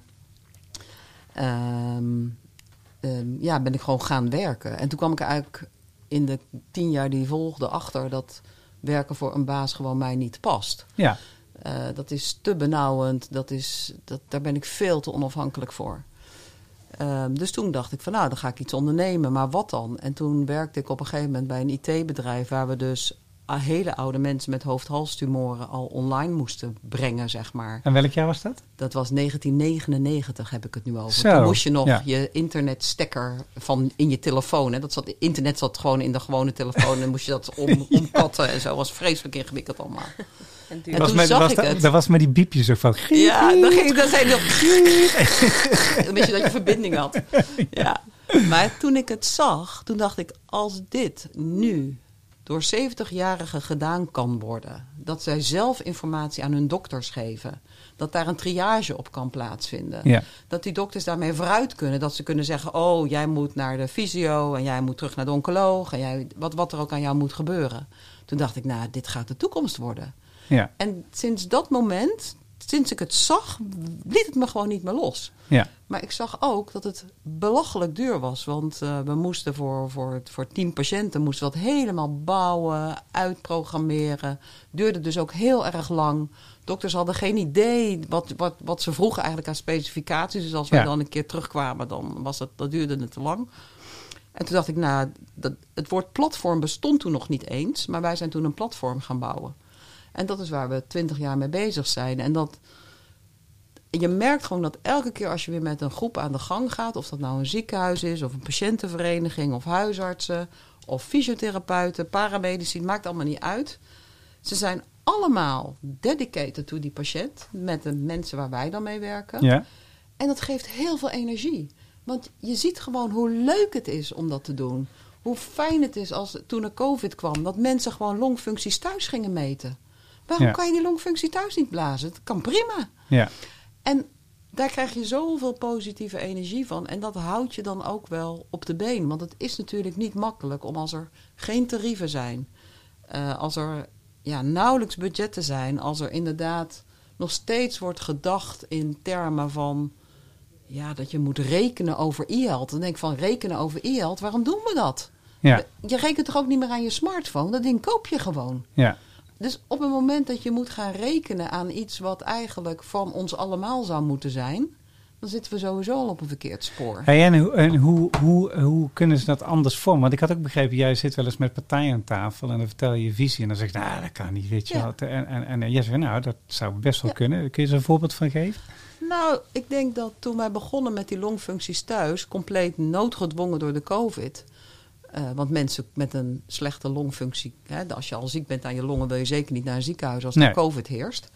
Ben ik gewoon gaan werken. En toen kwam ik eigenlijk in de 10 jaar die volgden achter dat werken voor een baas gewoon mij niet past. Ja. Dat is te benauwend. Daar ben ik veel te onafhankelijk voor. Dus toen dacht ik van dan ga ik iets ondernemen. Maar wat dan? En toen werkte ik op een gegeven moment bij een IT-bedrijf waar we dus hele oude mensen met hoofd-halstumoren al online moesten brengen, zeg maar. En welk jaar was dat? Dat was 1999, heb ik het nu over. Zo, Toen moest je nog ja. je internetstekker in je telefoon. Hè. Internet zat gewoon in de gewone telefoon en moest je dat omkatten en zo. Dat was vreselijk ingewikkeld allemaal. En toen zag ik het. Dat was met die biepjes ook van... Ja, dan zei hij dan wist je dat je verbinding had. Ja. Maar toen ik het zag, toen dacht ik, als dit nu door 70-jarigen gedaan kan worden, dat zij zelf informatie aan hun dokters geven, dat daar een triage op kan plaatsvinden, Ja. dat die dokters daarmee vooruit kunnen, dat ze kunnen zeggen, oh, jij moet naar de fysio en jij moet terug naar de oncoloog en jij, wat er ook aan jou moet gebeuren. Toen dacht ik, nou, dit gaat de toekomst worden. Ja. En sinds dat moment, sinds ik het zag, liet het me gewoon niet meer los. Ja. Maar ik zag ook dat het belachelijk duur was. Want we moesten voor 10 patiënten moesten we dat helemaal bouwen, uitprogrammeren. Duurde dus ook heel erg lang. Dokters hadden geen idee wat ze vroegen eigenlijk aan specificaties. Dus als wij dan een keer terugkwamen, dan was dat duurde het te lang. En toen dacht ik, nou, het woord platform bestond toen nog niet eens. Maar wij zijn toen een platform gaan bouwen. En dat is waar we 20 jaar mee bezig zijn. En je merkt gewoon dat elke keer als je weer met een groep aan de gang gaat, of dat nou een ziekenhuis is, of een patiëntenvereniging, of huisartsen, of fysiotherapeuten, paramedici, het maakt allemaal niet uit. Ze zijn allemaal dedicated to die patiënt, met de mensen waar wij dan mee werken. Ja. En dat geeft heel veel energie. Want je ziet gewoon hoe leuk het is om dat te doen. Hoe fijn het is toen er COVID kwam, dat mensen gewoon longfuncties thuis gingen meten. Waarom kan je die longfunctie thuis niet blazen? Het kan prima. Ja. En daar krijg je zoveel positieve energie van. En dat houdt je dan ook wel op de been. Want het is natuurlijk niet makkelijk om als er geen tarieven zijn, als er nauwelijks budgetten zijn, als er inderdaad nog steeds wordt gedacht in termen van dat je moet rekenen over e-health. Dan denk ik van rekenen over e-health, waarom doen we dat? Ja. Je rekent toch ook niet meer aan je smartphone? Dat ding koop je gewoon. Ja. Dus op het moment dat je moet gaan rekenen aan iets wat eigenlijk van ons allemaal zou moeten zijn, dan zitten we sowieso al op een verkeerd spoor. Hey, en hoe kunnen ze dat anders vormen? Want ik had ook begrepen, jij zit wel eens met partijen aan tafel en dan vertel je je visie en dan zeg je, nou, dat kan niet, weet je wel. En jij zegt, nou, dat zou best wel kunnen. Kun je er een voorbeeld van geven? Nou, ik denk dat toen wij begonnen met die longfuncties thuis, compleet noodgedwongen door de COVID. Want mensen met een slechte longfunctie, als je al ziek bent aan je longen, wil je zeker niet naar een ziekenhuis als er COVID heerst.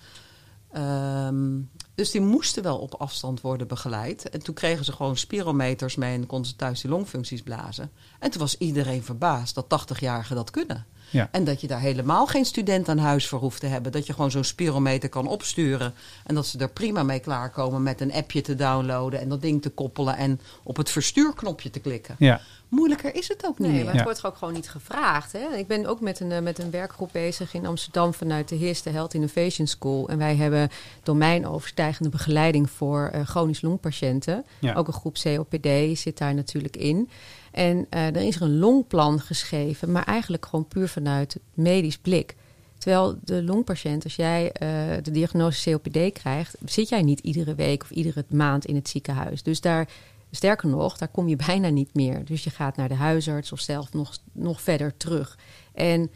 Dus die moesten wel op afstand worden begeleid. En toen kregen ze gewoon spirometers mee en konden ze thuis die longfuncties blazen. En toen was iedereen verbaasd dat 80-jarigen dat kunnen. Ja. En dat je daar helemaal geen student aan huis voor hoeft te hebben. Dat je gewoon zo'n spirometer kan opsturen. En dat ze er prima mee klaarkomen met een appje te downloaden en dat ding te koppelen en op het verstuurknopje te klikken. Ja. Moeilijker is het ook niet meer. Maar het wordt er ook gewoon niet gevraagd. Hè? Ik ben ook met een werkgroep bezig in Amsterdam vanuit de HIS, de Health Innovation School. En wij hebben domeinoverstijgende begeleiding voor chronisch longpatiënten. Ja. Ook een groep COPD zit daar natuurlijk in. En er is er een longplan geschreven, maar eigenlijk gewoon puur vanuit medisch blik. Terwijl de longpatiënt, als jij de diagnose COPD krijgt, zit jij niet iedere week of iedere maand in het ziekenhuis. Dus sterker nog, daar kom je bijna niet meer. Dus je gaat naar de huisarts of zelf nog verder terug. En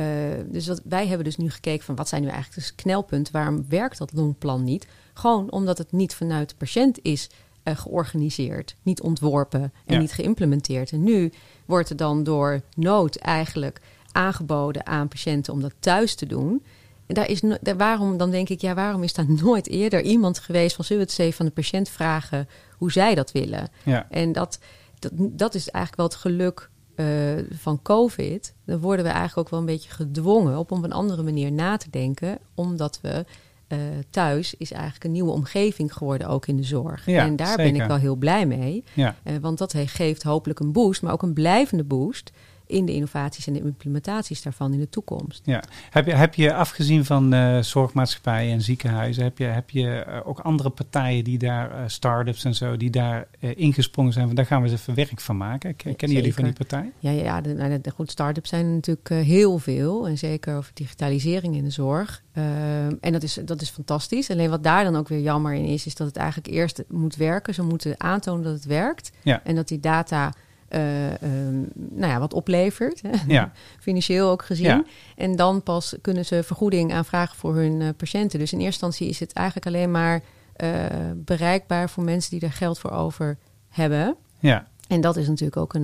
dus wij hebben dus nu gekeken van wat zijn nu eigenlijk de knelpunten? Waarom werkt dat longplan niet? Gewoon omdat het niet vanuit de patiënt is georganiseerd, niet ontworpen en niet geïmplementeerd. En nu wordt er dan door nood eigenlijk aangeboden aan patiënten om dat thuis te doen. En waarom dan denk ik, waarom is daar nooit eerder iemand geweest van zullen we het eens even van de patiënt vragen hoe zij dat willen? Ja. En dat is eigenlijk wel het geluk van COVID. Dan worden we eigenlijk ook wel een beetje gedwongen op een andere manier na te denken, omdat we thuis is eigenlijk een nieuwe omgeving geworden, ook in de zorg. Ja, en daar ben ik wel heel blij mee. Ja. Want dat geeft hopelijk een boost, maar ook een blijvende boost in de innovaties en de implementaties daarvan in de toekomst. Ja. Heb je afgezien van zorgmaatschappijen en ziekenhuizen, heb je ook andere partijen die daar, start-ups en zo, die daar ingesprongen zijn, van daar gaan we eens even werk van maken? Kennen jullie van die partij? Ja, de start-ups zijn er natuurlijk heel veel. En zeker over digitalisering in de zorg. En dat is fantastisch. Alleen wat daar dan ook weer jammer in is dat het eigenlijk eerst moet werken. Ze moeten aantonen dat het werkt. Ja. En dat die data wat oplevert. Hè? Ja. Financieel ook gezien. Ja. En dan pas kunnen ze vergoeding aanvragen voor hun patiënten. Dus in eerste instantie is het eigenlijk alleen maar bereikbaar voor mensen die er geld voor over hebben. Ja. En dat is natuurlijk ook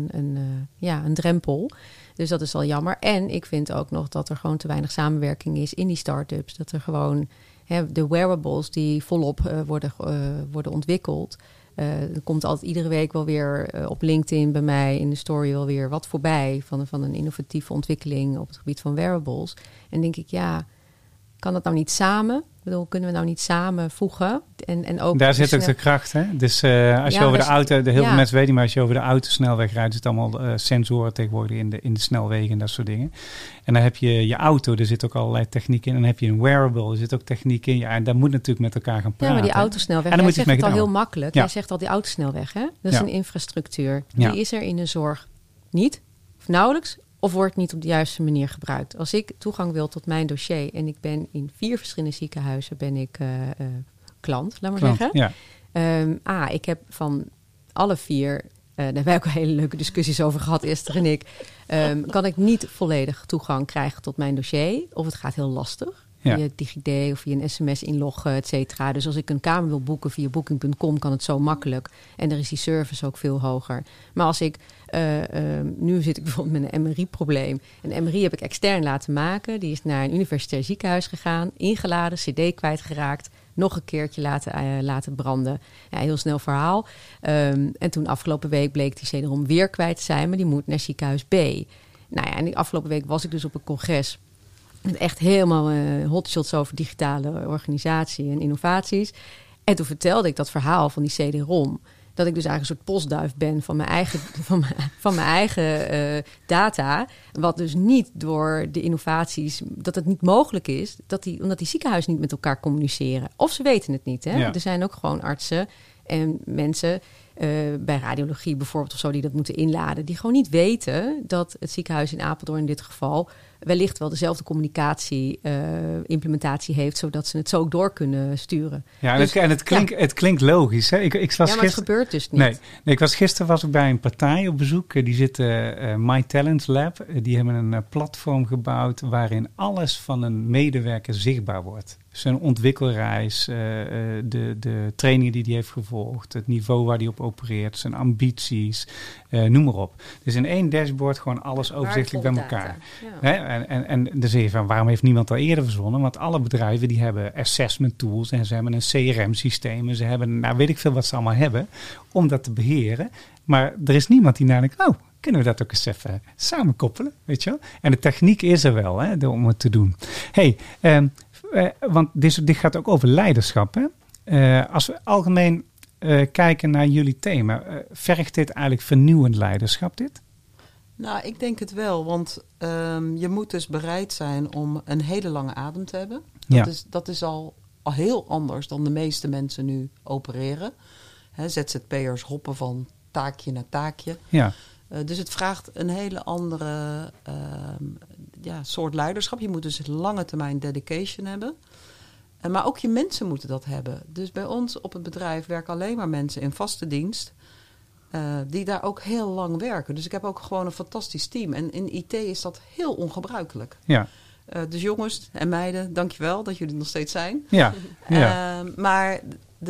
een drempel. Dus dat is wel jammer. En ik vind ook nog dat er gewoon te weinig samenwerking is in die start-ups. Dat er gewoon de wearables die volop worden ontwikkeld. Er komt altijd iedere week wel weer op LinkedIn bij mij in de story wel weer wat voorbij van een innovatieve ontwikkeling op het gebied van wearables. En denk ik, kan dat nou niet samen? Ik bedoel, kunnen we nou niet samen voegen? En ook daar zit ook de kracht, hè? Dus als je over de auto... Heel veel mensen weten, maar als je over de autosnelweg rijdt... is het allemaal sensoren tegenwoordig in de snelwegen en dat soort dingen. En dan heb je je auto, er zit ook allerlei techniek in. En dan heb je een wearable, er zit ook techniek in. Ja, en daar moet natuurlijk met elkaar gaan praten. Ja, maar die autosnelweg, en dan jij zegt het al heel makkelijk. Ja. Jij zegt al die autosnelweg, hè? Dat is een infrastructuur. Die is er in de zorg niet, of nauwelijks... of wordt niet op de juiste manier gebruikt. Als ik toegang wil tot mijn dossier... en ik ben in 4 verschillende ziekenhuizen klant, laat maar zeggen. Ja. Ik heb van alle 4... daar hebben wij ook hele leuke discussies over gehad, Esther en ik. Kan ik niet volledig toegang krijgen tot mijn dossier... of het gaat heel lastig. Via DigiD of via een sms inloggen, et cetera. Dus als ik een kamer wil boeken via booking.com... kan het zo makkelijk. En er is die service ook veel hoger. Maar als ik... nu zit ik bijvoorbeeld met een MRI-probleem. Een MRI heb ik extern laten maken. Die is naar een universitair ziekenhuis gegaan. Ingeladen, cd kwijtgeraakt. Nog een keertje laten branden. Ja, heel snel verhaal. En toen afgelopen week bleek die CD-ROM weer kwijt te zijn... maar die moet naar ziekenhuis B. Nou ja, en die afgelopen week was ik dus op een congres... met echt helemaal hotshots over digitale organisatie en innovaties. En toen vertelde ik dat verhaal van die CD-ROM... dat ik dus eigenlijk een soort postduif ben van mijn eigen data... wat dus niet door de innovaties... dat het niet mogelijk is... omdat die ziekenhuizen niet met elkaar communiceren. Of ze weten het niet. Hè? Ja. Er zijn ook gewoon artsen en mensen... bij radiologie bijvoorbeeld of zo... die dat moeten inladen... die gewoon niet weten dat het ziekenhuis in Apeldoorn in dit geval... wellicht wel dezelfde implementatie heeft... zodat ze het zo ook door kunnen sturen. Ja, en het klinkt logisch. Hè? Maar het gebeurt dus niet. Nee, gisteren was ik bij een partij op bezoek. Die zitten My Talent Lab. Die hebben een platform gebouwd... waarin alles van een medewerker zichtbaar wordt. Zijn ontwikkelreis, de trainingen die hij heeft gevolgd... het niveau waar hij op opereert, zijn ambities, noem maar op. Dus in 1 dashboard gewoon alles overzichtelijk bij elkaar. Ja. En dan zeg je van, waarom heeft niemand al eerder verzonnen? Want alle bedrijven die hebben assessment tools... en ze hebben een CRM-systeem... en ze hebben, weet ik veel wat ze allemaal hebben... om dat te beheren. Maar er is niemand die nadenkt... kunnen we dat ook eens even samenkoppelen, weet je wel? En de techniek is er wel, hè, om het te doen. Want dit gaat ook over leiderschap. Hè? Als we algemeen kijken naar jullie thema... vergt dit eigenlijk vernieuwend leiderschap, dit? Nou, ik denk het wel. Want je moet dus bereid zijn om een hele lange adem te hebben. Dat is al heel anders dan de meeste mensen nu opereren. ZZP'ers hoppen van taakje naar taakje. Ja. Dus het vraagt een hele andere soort leiderschap. Je moet dus lange termijn dedication hebben. Maar ook je mensen moeten dat hebben. Dus bij ons op het bedrijf werken alleen maar mensen in vaste dienst... die daar ook heel lang werken. Dus ik heb ook gewoon een fantastisch team. En in IT is dat heel ongebruikelijk. Ja. Dus jongens en meiden, dankjewel dat jullie er nog steeds zijn. Ja. Maar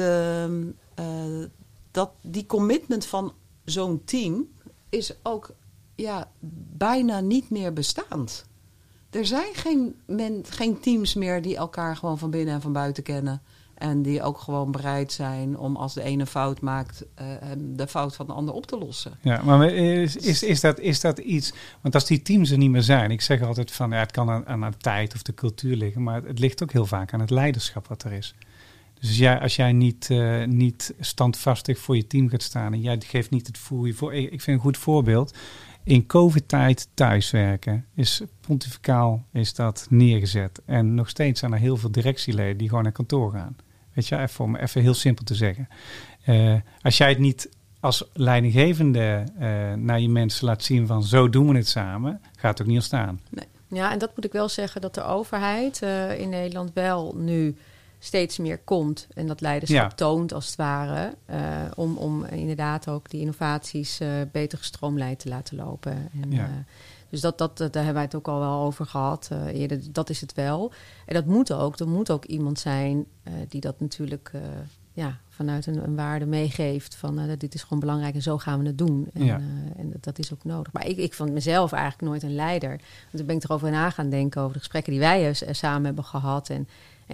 die commitment van zo'n team... is ook bijna niet meer bestaand. Er zijn geen teams meer die elkaar gewoon van binnen en van buiten kennen. En die ook gewoon bereid zijn om als de ene fout maakt... de fout van de ander op te lossen. Ja, maar is dat iets... Want als die teams er niet meer zijn... Ik zeg altijd van, het kan aan de tijd of de cultuur liggen... maar het ligt ook heel vaak aan het leiderschap wat er is. Dus als jij niet standvastig voor je team gaat staan... en jij geeft niet het voer voor... Ik vind een goed voorbeeld... In COVID-tijd thuiswerken is pontificaal dat neergezet. En nog steeds zijn er heel veel directieleden die gewoon naar kantoor gaan. Weet je, om even heel simpel te zeggen. Als jij het niet als leidinggevende naar je mensen laat zien van zo doen we het samen, gaat het ook niet ontstaan. Nee. Ja, en dat moet ik wel zeggen dat de overheid in Nederland wel nu steeds meer komt en dat leiderschap toont als het ware, om inderdaad ook die innovaties beter gestroomlijnd te laten lopen. En, dus daar hebben wij het ook al wel over gehad eerder. Dat is het wel. En dat moet ook. Er moet ook iemand zijn die dat natuurlijk vanuit een waarde meegeeft. Van dit is gewoon belangrijk en zo gaan we het doen. En dat is ook nodig. Maar ik vond mezelf eigenlijk nooit een leider. Want toen ben ik erover na gaan denken over de gesprekken die wij samen hebben gehad. En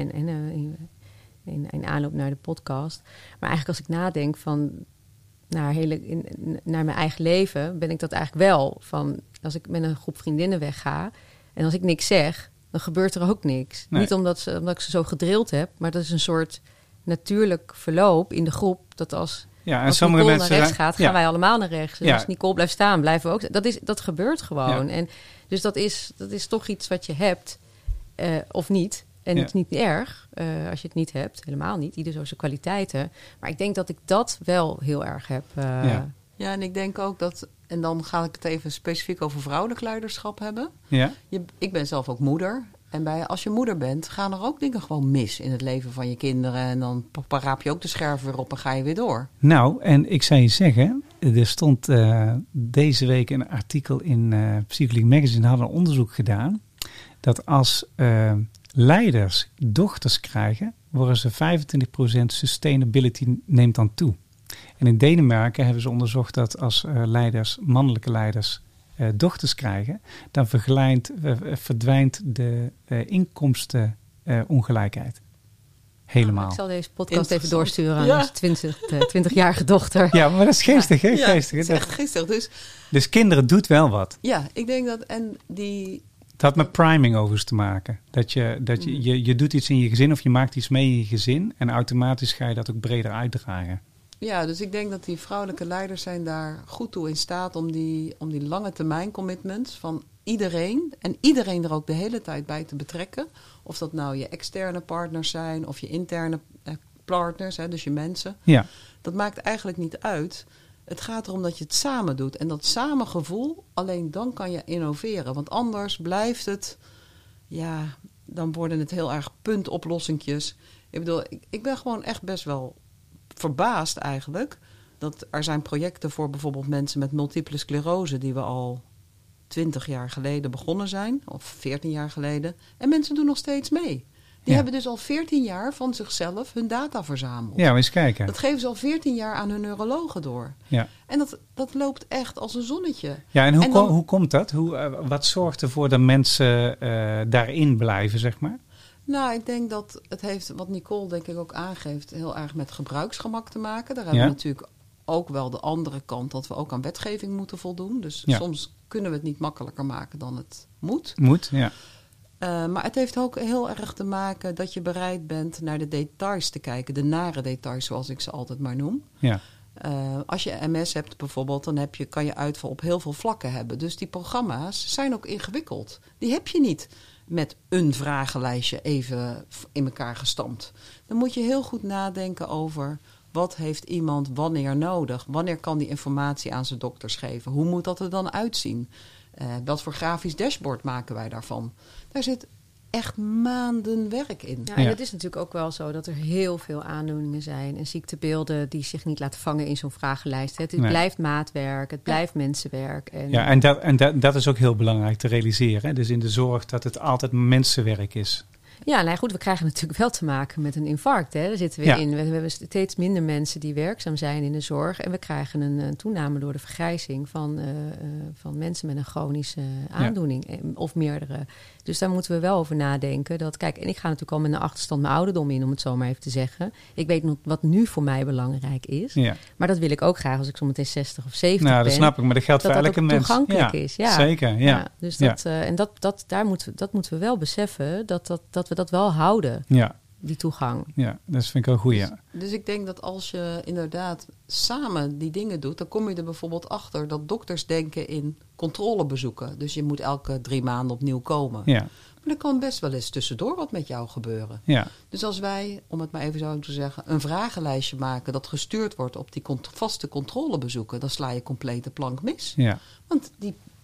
in aanloop naar de podcast. Maar eigenlijk als ik nadenk van naar mijn eigen leven, ben ik dat eigenlijk wel. Van als ik met een groep vriendinnen wegga en als ik niks zeg, dan gebeurt er ook niks. Nee. Niet omdat ik ze zo gedrild heb, maar dat is een soort natuurlijk verloop in de groep. Dat als Nicole naar rechts gaat, gaan wij allemaal naar rechts. En als Nicole blijft staan, blijven we ook. Dat gebeurt gewoon. En dus dat is toch iets wat je hebt of niet. En het is niet erg als je het niet hebt. Helemaal niet. Ieder zo zijn kwaliteiten. Maar ik denk dat ik dat wel heel erg heb. Ja, en ik denk ook dat... En dan ga ik het even specifiek over vrouwelijk leiderschap hebben. Ja. Ik ben zelf ook moeder. En als je moeder bent, gaan er ook dingen gewoon mis in het leven van je kinderen. En dan raap je ook de scherf weer op en ga je weer door. Nou, en ik zou je zeggen, er stond deze week een artikel in Psychologie Magazine, hadden een onderzoek gedaan. Dat als leiders dochters krijgen, worden ze 25% sustainability neemt dan toe. En in Denemarken hebben ze onderzocht dat als mannelijke leiders dochters krijgen, dan verdwijnt de inkomstenongelijkheid. Helemaal. Ik zal deze podcast even doorsturen aan onze 20-jarige dochter. Ja, maar dat is geestig, hè? Ja, geestig. Dat is echt geestig. Dus kinderen doet wel wat. Ja, ik denk dat... Het had met priming overigens te maken. Dat je doet iets in je gezin of je maakt iets mee in je gezin en automatisch ga je dat ook breder uitdragen. Ja, dus ik denk dat die vrouwelijke leiders zijn daar goed toe in staat om die lange termijn commitments van iedereen en iedereen er ook de hele tijd bij te betrekken. Of dat nou je externe partners zijn of je interne partners, dus je mensen. Ja. Dat maakt eigenlijk niet uit. Het gaat erom dat je het samen doet. En dat samengevoel, alleen dan kan je innoveren. Want anders blijft het, dan worden het heel erg puntoplossingjes. Ik bedoel, ik ben gewoon echt best wel verbaasd eigenlijk. Dat er zijn projecten voor bijvoorbeeld mensen met multiple sclerose die we al 20 jaar geleden begonnen zijn. Of 14 jaar geleden. En mensen doen nog steeds mee. Die hebben dus al 14 jaar van zichzelf hun data verzameld. Ja, maar eens kijken. Dat geven ze al 14 jaar aan hun neurologen door. Ja. En dat loopt echt als een zonnetje. Ja, en hoe komt dat? Wat zorgt ervoor dat mensen daarin blijven, zeg maar? Nou, ik denk dat het heeft, wat Nicole denk ik ook aangeeft, heel erg met gebruiksgemak te maken. Daar hebben we natuurlijk ook wel de andere kant, dat we ook aan wetgeving moeten voldoen. Dus soms kunnen we het niet makkelijker maken dan het moet. Maar het heeft ook heel erg te maken dat je bereid bent naar de details te kijken. De nare details, zoals ik ze altijd maar noem. Ja. Als je MS hebt bijvoorbeeld, dan kan je uitval op heel veel vlakken hebben. Dus die programma's zijn ook ingewikkeld. Die heb je niet met een vragenlijstje even in elkaar gestampt. Dan moet je heel goed nadenken over wat heeft iemand wanneer nodig. Wanneer kan die informatie aan zijn dokters geven? Hoe moet dat er dan uitzien? Wat voor grafisch dashboard maken wij daarvan? Daar zit echt maanden werk in. Ja, en het is natuurlijk ook wel zo dat er heel veel aandoeningen zijn en ziektebeelden die zich niet laten vangen in zo'n vragenlijst. Het blijft maatwerk, het blijft mensenwerk. En dat is ook heel belangrijk te realiseren. Hè? Dus in de zorg dat het altijd mensenwerk is. Ja, nou goed, we krijgen natuurlijk wel te maken met een infarct. Hè? Daar zitten we in. We hebben steeds minder mensen die werkzaam zijn in de zorg. En we krijgen een toename door de vergrijzing van mensen met een chronische aandoening. Of meerdere. Dus daar moeten we wel over nadenken. Kijk, en ik ga natuurlijk al met een achterstand mijn ouderdom in, om het zo maar even te zeggen. Ik weet nog wat nu voor mij belangrijk is. Ja. Maar dat wil ik ook graag als ik zometeen 60 of 70 ben. Dat snap ik, maar dat geldt voor elke mens. Toegankelijk is. Ja. Zeker, ja. Dus dat moeten we wel beseffen, dat we dat wel houden. Ja. Die toegang. Ja, dat vind ik wel goed, Dus ik denk dat als je inderdaad samen die dingen doet, dan kom je er bijvoorbeeld achter dat dokters denken in controlebezoeken. Dus je moet elke 3 maanden opnieuw komen. Ja. Maar er kan best wel eens tussendoor wat met jou gebeuren. Ja. Dus als wij, om het maar even zo te zeggen, een vragenlijstje maken dat gestuurd wordt op die vaste controlebezoeken, dan sla je compleet de plank mis. Ja. Want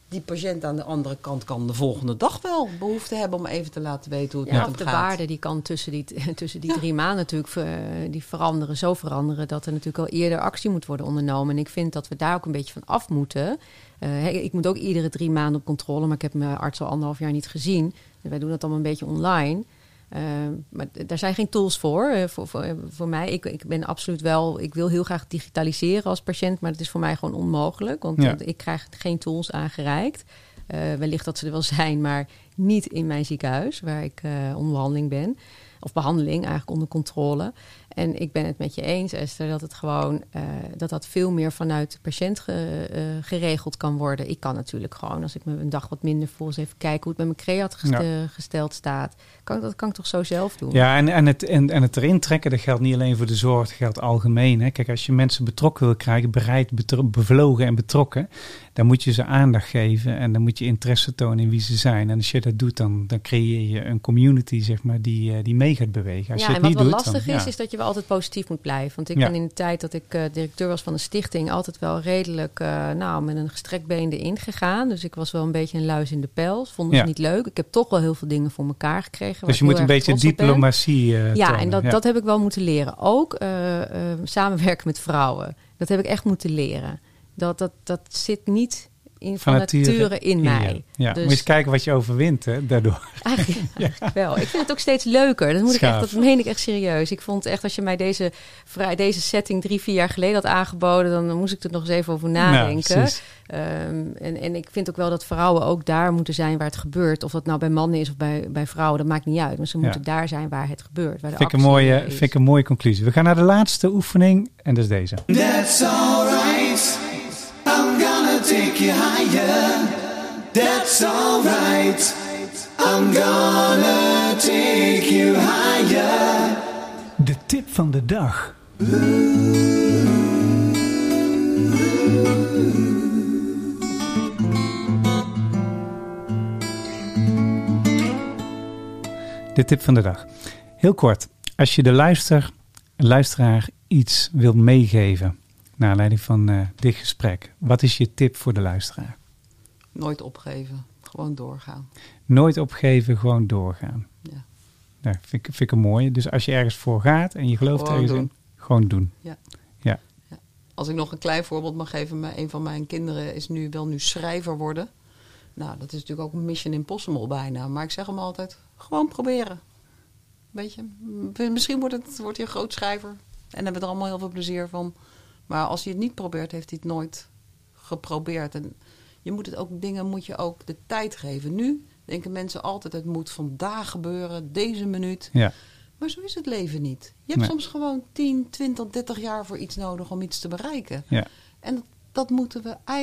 die patiënt aan de andere kant kan de volgende dag wel behoefte hebben om even te laten weten hoe het Ja, met of hem de gaat. waarde die kan tussen die 3 maanden natuurlijk die zo veranderen dat er natuurlijk al eerder actie moet worden ondernomen. En ik vind dat we daar ook een beetje van af moeten. Ik moet ook iedere 3 maanden op controle, maar ik heb mijn arts al 1,5 jaar niet gezien. Dus wij doen dat allemaal een beetje online. Maar daar zijn geen tools voor mij. Ik ben absoluut wel. Ik wil heel graag digitaliseren als patiënt, maar het is voor mij gewoon onmogelijk, want ik krijg geen tools aangereikt. Wellicht dat ze er wel zijn, maar niet in mijn ziekenhuis waar ik onder behandeling ben. Of behandeling, eigenlijk onder controle. En ik ben het met je eens, Esther, dat het gewoon dat veel meer vanuit de patiënt geregeld kan worden. Ik kan natuurlijk gewoon, als ik me een dag wat minder voel, eens even kijken hoe het met mijn creat gesteld staat. Dat kan ik toch zo zelf doen? Ja, en het erin trekken, dat geldt niet alleen voor de zorg, dat geldt algemeen. Hè. Kijk, als je mensen betrokken wil krijgen, bereid, bevlogen en betrokken, dan moet je ze aandacht geven en dan moet je interesse tonen in wie ze zijn. En als je dat doet, dan creëer je een community, zeg maar, die mee gaat bewegen. Als je het en niet wat wel doet, lastig dan, is dat je wel altijd positief moet blijven. Want ik ben in de tijd dat ik directeur was van een stichting altijd wel redelijk met een gestrekt been erin gegaan. Dus ik was wel een beetje een luis in de pels. Vonden ze niet leuk. Ik heb toch wel heel veel dingen voor elkaar gekregen. Dus je moet een beetje diplomatie tonen. Dat heb ik wel moeten leren. Ook samenwerken met vrouwen. Dat heb ik echt moeten leren. Dat zit niet van nature in mij. Ja. Dus moet je eens kijken wat je overwint, hè, daardoor. Eigenlijk wel. Ik vind het ook steeds leuker. Dat meen ik echt serieus. Ik vond echt, als je mij deze setting 3-4 jaar geleden had aangeboden, dan moest ik er nog eens even over nadenken. En ik vind ook wel dat vrouwen ook daar moeten zijn waar het gebeurt. Of dat nou bij mannen is of bij vrouwen, dat maakt niet uit. Maar ze moeten daar zijn waar het gebeurt. Waar vind ik een mooie conclusie. We gaan naar de laatste oefening en dat is deze. That's alright. I'm gonna take you higher. That's alright. I'm gonna take you higher. De tip van de dag. De tip van de dag. Heel kort. Als je de luisteraar iets wil meegeven naar aanleiding van dit gesprek, wat is je tip voor de luisteraar? Nooit opgeven. Gewoon doorgaan. Nooit opgeven, gewoon doorgaan. Ja. Nou, vind ik een mooie. Dus als je ergens voor gaat en je gelooft Gewoon ergens in, gewoon doen. Ja. Ja. Ja. Als ik nog een klein voorbeeld mag geven. Een van mijn kinderen is nu schrijver worden. Nou, dat is natuurlijk ook een mission impossible bijna. Maar ik zeg hem altijd, gewoon proberen. Weet je, misschien wordt hij een groot schrijver. En hebben we er allemaal heel veel plezier van. Maar als hij het niet probeert, heeft hij het nooit geprobeerd. En dingen moet je ook de tijd geven. Nu denken mensen altijd, het moet vandaag gebeuren, deze minuut. Ja. Maar zo is het leven niet. Je hebt soms gewoon 10, 20, 30 jaar voor iets nodig om iets te bereiken. Ja. En dat moeten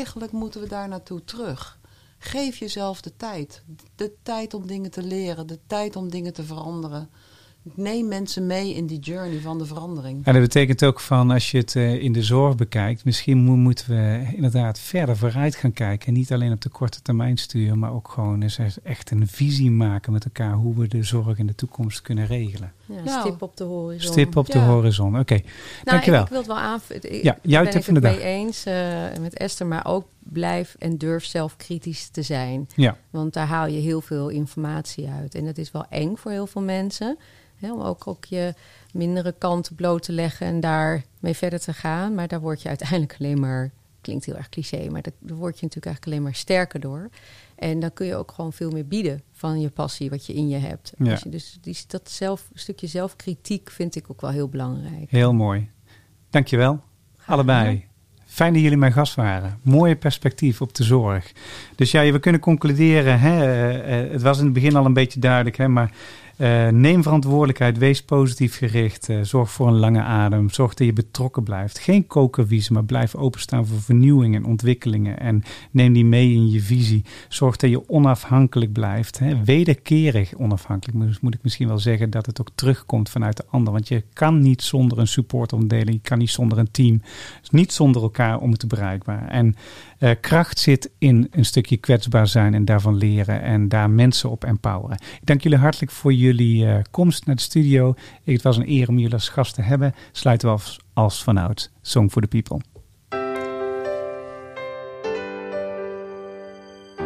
we daar naartoe terug. Geef jezelf de tijd. De tijd om dingen te leren. De tijd om dingen te veranderen. Neem mensen mee in die journey van de verandering. En dat betekent ook van, als je het in de zorg bekijkt, misschien moeten we inderdaad verder vooruit gaan kijken. En niet alleen op de korte termijn sturen, maar ook gewoon eens echt een visie maken met elkaar hoe we de zorg in de toekomst kunnen regelen. Ja, stip op de horizon. Stip op de horizon, oké. Dankjewel. Ik wil het wel aanvullen. Jouw tip van de dag. Ik ben het mee eens met Esther, maar ook blijf en durf zelf kritisch te zijn. Ja. Want daar haal je heel veel informatie uit. En dat is wel eng voor heel veel mensen. Om ook je mindere kanten bloot te leggen en daarmee verder te gaan. Maar daar word je uiteindelijk alleen maar, klinkt heel erg cliché, maar daar word je natuurlijk eigenlijk alleen maar sterker door. En dan kun je ook gewoon veel meer bieden van je passie, wat je in je hebt. Ja. Dus dat stukje zelfkritiek vind ik ook wel heel belangrijk. Heel mooi. Dankjewel, allebei. Fijn dat jullie mijn gast waren. Mooie perspectief op de zorg. Dus we kunnen concluderen, het was in het begin al een beetje duidelijk, maar neem verantwoordelijkheid, wees positief gericht, zorg voor een lange adem, zorg dat je betrokken blijft. Geen kokerwiezen, maar blijf openstaan voor vernieuwing en ontwikkelingen en neem die mee in je visie. Zorg dat je onafhankelijk blijft, wederkerig onafhankelijk. Moet ik misschien wel zeggen dat het ook terugkomt vanuit de ander, want je kan niet zonder een supportomdeling, je kan niet zonder een team, dus niet zonder elkaar om het bereikbaar. En kracht zit in een stukje kwetsbaar zijn en daarvan leren en daar mensen op empoweren. Ik dank jullie hartelijk voor jullie komst naar de studio. Het was een eer om jullie als gast te hebben. Sluiten we af als vanouds. Song for the People.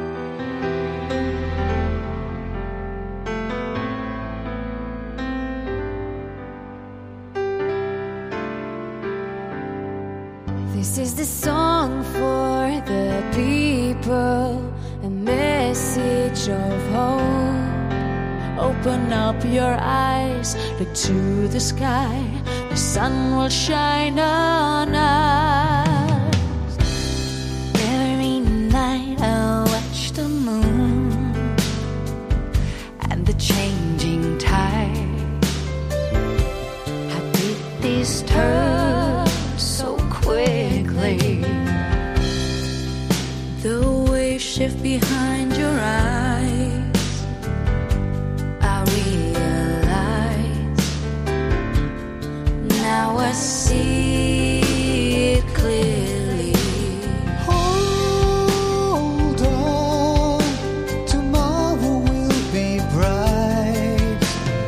This is the song for the people, a message of hope. Open up your eyes, look to the sky, the sun will shine on us. Every night I watch the moon and the changing tide. How did this turn so quickly? The waves shift behind your eyes. I realize now I see it clearly. Hold on, tomorrow will be bright.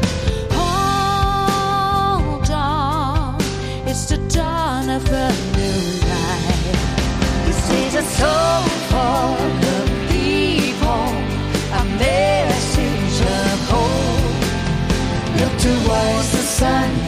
Hold on, it's the dawn of a new life. This is a song for the people, a message of hope. Look towards the sun,